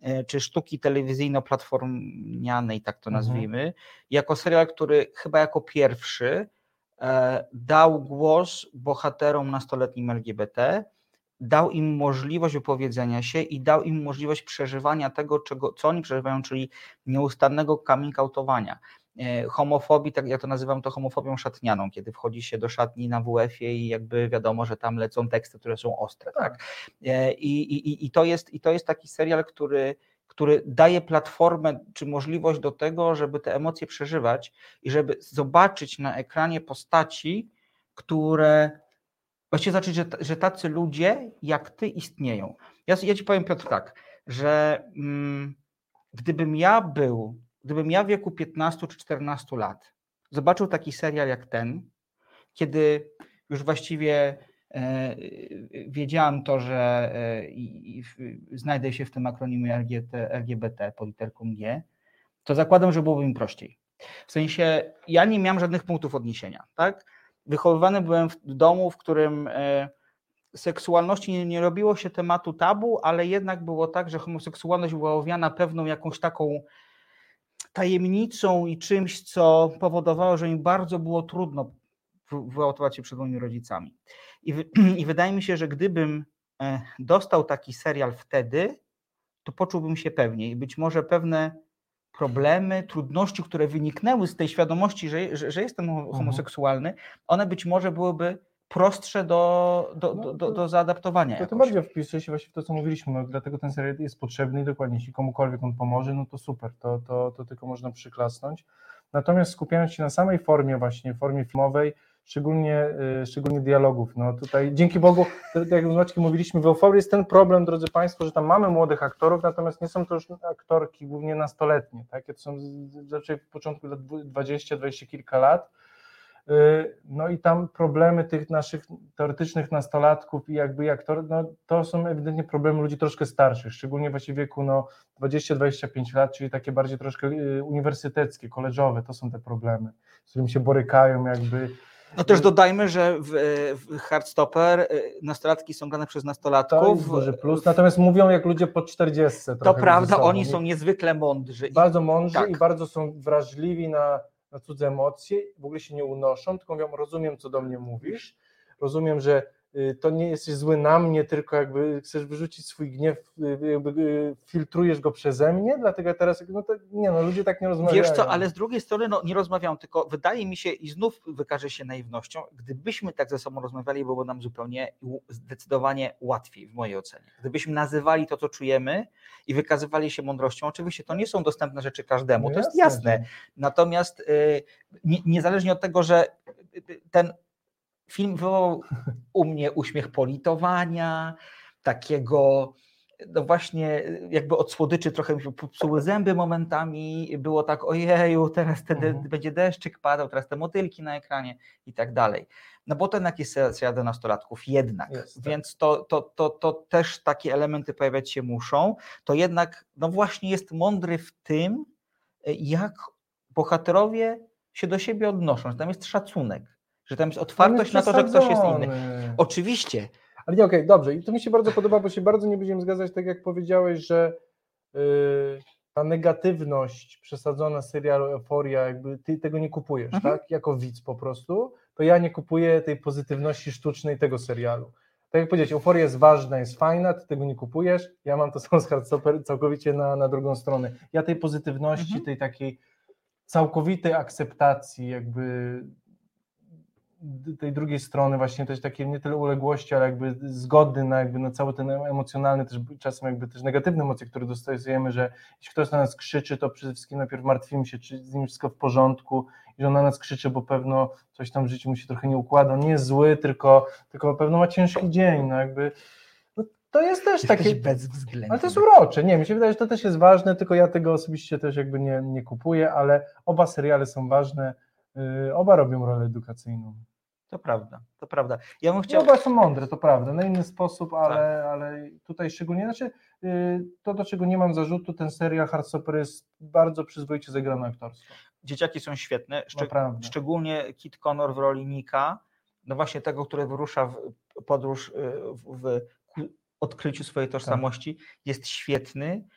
czy sztuki telewizyjno-platformianej, tak to Mhm. nazwijmy, jako serial, który chyba jako pierwszy e, dał głos bohaterom nastoletnim L G B T, dał im możliwość wypowiedzenia się i dał im możliwość przeżywania tego, czego, co oni przeżywają, czyli nieustannego coming outowania. E, homofobii, tak jak to nazywam, to homofobią szatnianą, kiedy wchodzi się do szatni na W F-ie i jakby wiadomo, że tam lecą teksty, które są ostre. Tak? E, i, i, i, to jest, I to jest taki serial, który, który daje platformę czy możliwość do tego, żeby te emocje przeżywać i żeby zobaczyć na ekranie postaci, które właściwie znaczy, że, że tacy ludzie jak ty istnieją. Ja, ja ci powiem, Piotr, tak, że mm, gdybym ja był, gdybym ja w wieku piętnastu czy czternastu lat zobaczył taki serial jak ten, kiedy już właściwie e, wiedziałem to, że e, i, i, znajdę się w tym akronimie L G T, L G B T pod literką G, to zakładam, że byłoby mi prościej. W sensie ja nie miałem żadnych punktów odniesienia, tak? Wychowywany byłem w domu, w którym e, seksualności nie, nie robiło się tematu tabu, ale jednak było tak, że homoseksualność była owiana pewną jakąś taką tajemnicą i czymś, co powodowało, że mi bardzo było trudno wyautować się przed moimi rodzicami. I, w, I wydaje mi się, że gdybym e, dostał taki serial wtedy, to poczułbym się pewniej. Być może pewne problemy, trudności, które wyniknęły z tej świadomości, że, że, że jestem homoseksualny, one być może byłyby prostsze do, do, do, do, do zaadaptowania. To tym bardziej wpisuje się właśnie w to, co mówiliśmy, no, dlatego ten serial jest potrzebny i dokładnie, jeśli komukolwiek on pomoże, no to super, to, to, to tylko można przyklasnąć. Natomiast skupiając się na samej formie właśnie, formie filmowej, szczególnie, yy, szczególnie dialogów, no tutaj dzięki Bogu, tak jak z Maćkiem mówiliśmy, w Euforii jest ten problem, drodzy Państwo, że tam mamy młodych aktorów, natomiast nie są to już aktorki głównie nastoletnie, tak? To są raczej w początku lat dwadzieścia, dwadzieścia kilka lat. No i tam problemy tych naszych teoretycznych nastolatków i jakby aktorów, no to są ewidentnie problemy ludzi troszkę starszych, szczególnie właśnie w wieku no dwadzieścia dwadzieścia pięć lat, czyli takie bardziej troszkę uniwersyteckie, koleżowe, to są te problemy, z którymi się borykają jakby. No też dodajmy, że w, w Heartstopper nastolatki są grane przez nastolatków. To jest duży plus, natomiast mówią jak ludzie po czterdziestce. To prawda, oni są niezwykle mądrzy. Bardzo mądrzy tak. i bardzo są wrażliwi na na cudze emocje, w ogóle się nie unoszą, tylko mówią, rozumiem, co do mnie mówisz, rozumiem, że to nie jesteś zły na mnie, tylko jakby chcesz wyrzucić swój gniew, jakby filtrujesz go przeze mnie, dlatego ja teraz, no to nie no, ludzie tak nie rozmawiają. Wiesz co, ale z drugiej strony no, nie rozmawiam, tylko wydaje mi się i znów wykaże się naiwnością, gdybyśmy tak ze sobą rozmawiali, byłoby nam zupełnie zdecydowanie łatwiej w mojej ocenie. Gdybyśmy nazywali to, co czujemy i wykazywali się mądrością, oczywiście to nie są dostępne rzeczy każdemu, no to jest jasne, jasne. Natomiast yy, nie, niezależnie od tego, że ten film wywołał u mnie uśmiech politowania, takiego, no właśnie jakby od słodyczy trochę mi się popsuły zęby momentami, było tak ojeju, teraz ten mhm. będzie deszczyk padał, teraz te motylki na ekranie i tak dalej. No bo to jednak jest serial do nastolatków, jednak, jest, więc tak. to, to, to, to też takie elementy pojawiać się muszą, to jednak no właśnie jest mądry w tym, jak bohaterowie się do siebie odnoszą, że tam jest szacunek. Że tam jest otwartość na to, że ktoś jest inny. Oczywiście. Ale nie, okej, okay, dobrze. I to mi się bardzo podoba, bo się bardzo nie będziemy zgadzać, tak jak powiedziałeś, że yy, ta negatywność przesadzona serialu Euforia, jakby ty tego nie kupujesz, mhm. tak? Jako widz po prostu, to ja nie kupuję tej pozytywności sztucznej tego serialu. Tak jak powiedziałeś, Euforia jest ważna, jest fajna, ty tego nie kupujesz, ja mam to samo z Heartstopper całkowicie na, na drugą stronę. Ja tej pozytywności, mhm. tej takiej całkowitej akceptacji jakby tej drugiej strony właśnie też takiej nie tyle uległości, ale jakby zgody na jakby na cały ten emocjonalny, też czasem jakby też negatywne emocje, które dostajemy, że jeśli ktoś na nas krzyczy, to przede wszystkim najpierw martwimy się, czy z nim wszystko w porządku i że on na nas krzyczy, bo pewno coś tam w życiu mu się trochę nie układa, on nie jest zły, tylko, tylko pewno ma ciężki dzień, no jakby no to jest też takie bezwzględnie. Ale to jest urocze, nie, mi się wydaje, że to też jest ważne, tylko ja tego osobiście też jakby nie, nie kupuję, ale oba seriale są ważne, yy, oba robią rolę edukacyjną. To prawda, to prawda. Ja bym chciał... No, są mądre, to prawda, na inny sposób, ale, tak. ale tutaj szczególnie, znaczy yy, to, do czego nie mam zarzutu, ten serial Heartstopper jest bardzo przyzwoicie zagrany aktorstwo. Dzieciaki są świetne, Szczeg- szczególnie Kit Connor w roli Nika, no właśnie tego, który wyrusza w podróż w, w odkryciu swojej tożsamości, tak. jest świetny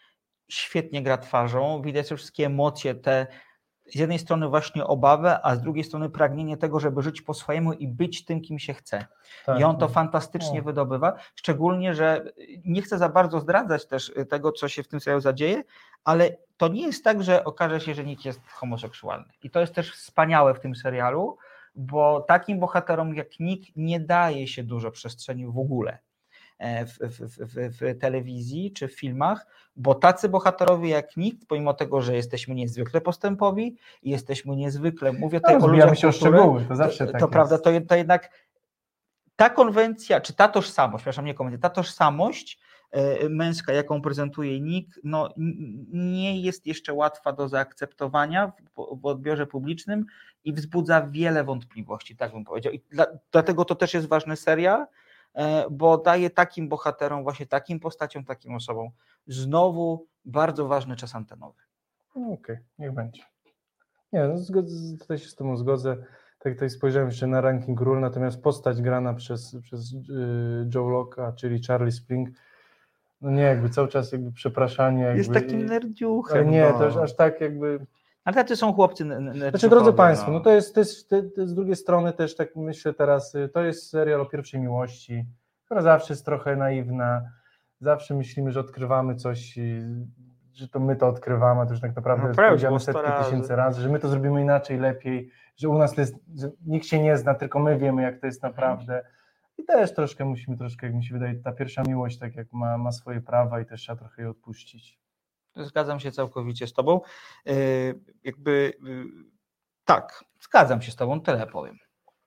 świetnie gra twarzą, widać te wszystkie emocje, te z jednej strony właśnie obawę, a z drugiej strony pragnienie tego, żeby żyć po swojemu i być tym, kim się chce. Tak, I on to no. fantastycznie O. wydobywa, szczególnie, że nie chcę za bardzo zdradzać też tego, co się w tym serialu zadzieje, ale to nie jest tak, że okaże się, że Nick jest homoseksualny. I to jest też wspaniałe w tym serialu, bo takim bohaterom jak Nick nie daje się dużo przestrzeni w ogóle w, w, w, w telewizji czy w filmach, bo tacy bohaterowie jak Nick, pomimo tego, że jesteśmy niezwykle postępowi i jesteśmy niezwykle, mówię tutaj no, o ludziach się o kultury, szczegóły, to zawsze to, tak to jest. prawda, to, to jednak ta konwencja, czy ta tożsamość, przepraszam, nie konwencja, ta tożsamość y, męska, jaką prezentuje Nick, no, n- nie jest jeszcze łatwa do zaakceptowania w, w odbiorze publicznym i wzbudza wiele wątpliwości, tak bym powiedział. I dla, dlatego to też jest ważny serial, y, bo daje takim bohaterom, właśnie takim postaciom, takim osobom znowu bardzo ważny czas antenowy. No, Okej, okay, niech będzie. Nie, no, zgod- tutaj się z tobą zgodzę. Tak tutaj spojrzałem jeszcze na ranking ról, natomiast postać grana przez, przez yy, Joe Locke'a, czyli Charlie Spring, no nie, jakby cały czas jakby przepraszanie. Jakby, jest takim nerdziuchem. Ale nie, no. to już aż tak jakby... Ale tacy są chłopcy nerdziuchowi. Znaczy, drodzy Państwo, no, no to, jest, to, jest, to, to jest z drugiej strony też tak myślę teraz, to jest serial o pierwszej miłości, która zawsze jest trochę naiwna, zawsze myślimy, że odkrywamy coś, że to my to odkrywamy, a to już tak naprawdę jest powiedziane setki tysięcy razy, że my to zrobimy inaczej, lepiej, że u nas to jest, że nikt się nie zna, tylko my wiemy, jak to jest naprawdę. I też troszkę musimy, troszkę, jak mi się wydaje, ta pierwsza miłość tak jak ma, ma swoje prawa i też trzeba trochę je odpuścić. Zgadzam się całkowicie z tobą. Yy, jakby yy, tak, zgadzam się z tobą, tyle powiem.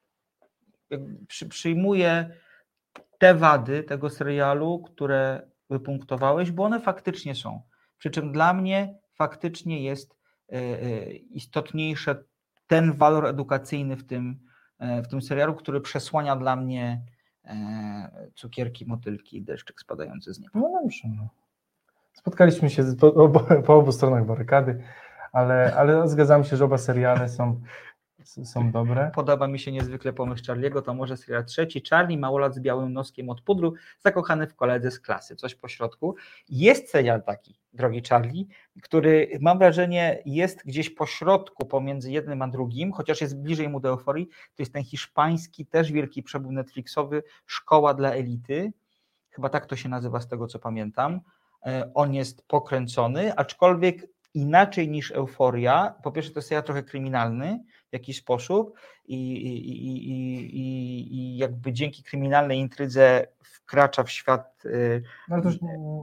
Jakby przy, przyjmuję te wady tego serialu, które wypunktowałeś, bo one faktycznie są. Przy czym dla mnie faktycznie jest yy, yy, istotniejsze ten walor edukacyjny w tym, yy, w tym serialu, który przesłania dla mnie yy, cukierki, motylki i deszczyk spadający z nieba. No dobrze, no. Spotkaliśmy się po, obo, po obu stronach barykady, ale, ale zgadzam się, że oba seriale są, są dobre. Podoba mi się niezwykle pomysł Charlie'ego, to może serial trzeci. Charlie, małolat z białym noskiem od pudru, zakochany w koledze z klasy, coś po środku. Jest serial taki, drogi Charlie, który mam wrażenie jest gdzieś po środku pomiędzy jednym a drugim, chociaż jest bliżej mu do euforii. To jest ten hiszpański, też wielki przebój Netflixowy, Szkoła dla elity. Chyba tak to się nazywa z tego, co pamiętam. On jest pokręcony, aczkolwiek inaczej niż Euforia. Po pierwsze, to jest serial trochę kryminalny w jakiś sposób i, i, i, i, i jakby dzięki kryminalnej intrydze wkracza w świat... No to już,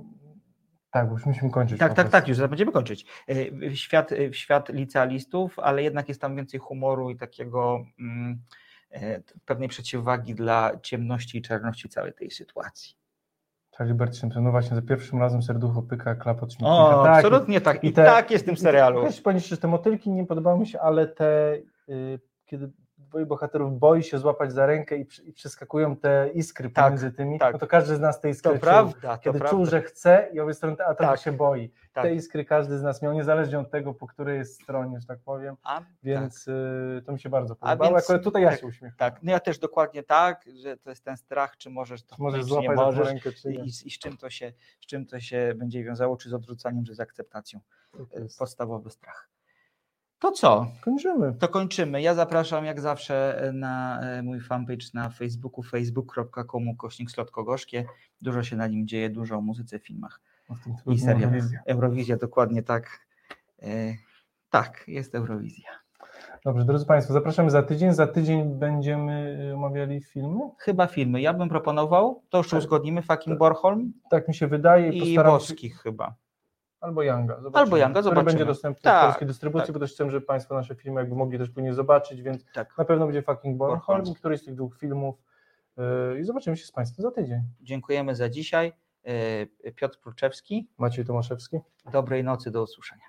tak, bo już musimy kończyć. Tak, tak, tak, już będziemy kończyć. W świat, w świat licealistów, ale jednak jest tam więcej humoru i takiego mm, pewnej przeciwwagi dla ciemności i czarności całej tej sytuacji. Charlie Bert Simpson, no właśnie, za pierwszym razem serducho pyka, klap od śmietnika. O, tak, absolutnie tak. I, I te, tak jest w tym serialu. Wiesz, pani, że te motylki nie podobały mi się, ale te, y, kiedy dwoje bohaterów boi się złapać za rękę i, i przeskakują te iskry tak, pomiędzy tymi, tak. No to każdy z nas te iskry to czuł. Prawda, kiedy to czuł, prawda. że chce i obie strony, a to tak. się boi. Tak. Te iskry każdy z nas miał, niezależnie od tego, po której jest stronie, że tak powiem. A, więc tak. y, to mi się bardzo podobało. Więc, akurat tutaj ja tak, się uśmiecham. Tak, no ja też dokładnie tak, że to jest ten strach, czy możesz to możesz złapać, czy nie możesz, rękę, czy nie. I, i z, czym to się, z czym to się będzie wiązało, czy z odrzucaniem, czy z akceptacją. Podstawowy strach. To co? Kończymy. To kończymy. Ja zapraszam jak zawsze na mój fanpage na Facebooku, facebook kropka com ukośnik Slotko Gorzkie. Dużo się na nim dzieje, dużo o muzyce, filmach i serialach. Eurowizja. Eurowizja, dokładnie tak. E, tak, jest Eurowizja. Dobrze, drodzy Państwo, zapraszamy za tydzień. Za tydzień będziemy omawiali filmy? Chyba filmy. Ja bym proponował, to już tak. uzgodnimy, Fucking Bornholm. Tak mi się wydaje. I Boskich się... chyba. Albo Younga. Zobaczymy. Albo Younga, zobaczymy. Który będzie dostępny tak, w polskiej dystrybucji, tak. bo też chcę, żeby Państwo nasze filmy jakby mogli też później zobaczyć, więc tak. na pewno będzie Fucking Bornholm, któryś z tych dwóch filmów yy, i zobaczymy się z Państwem za tydzień. Dziękujemy za dzisiaj. Yy, Piotr Pruczewski. Maciej Tomaszewski. Dobrej nocy, do usłyszenia.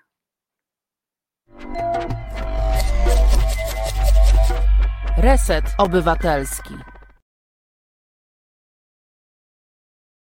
Reset Obywatelski.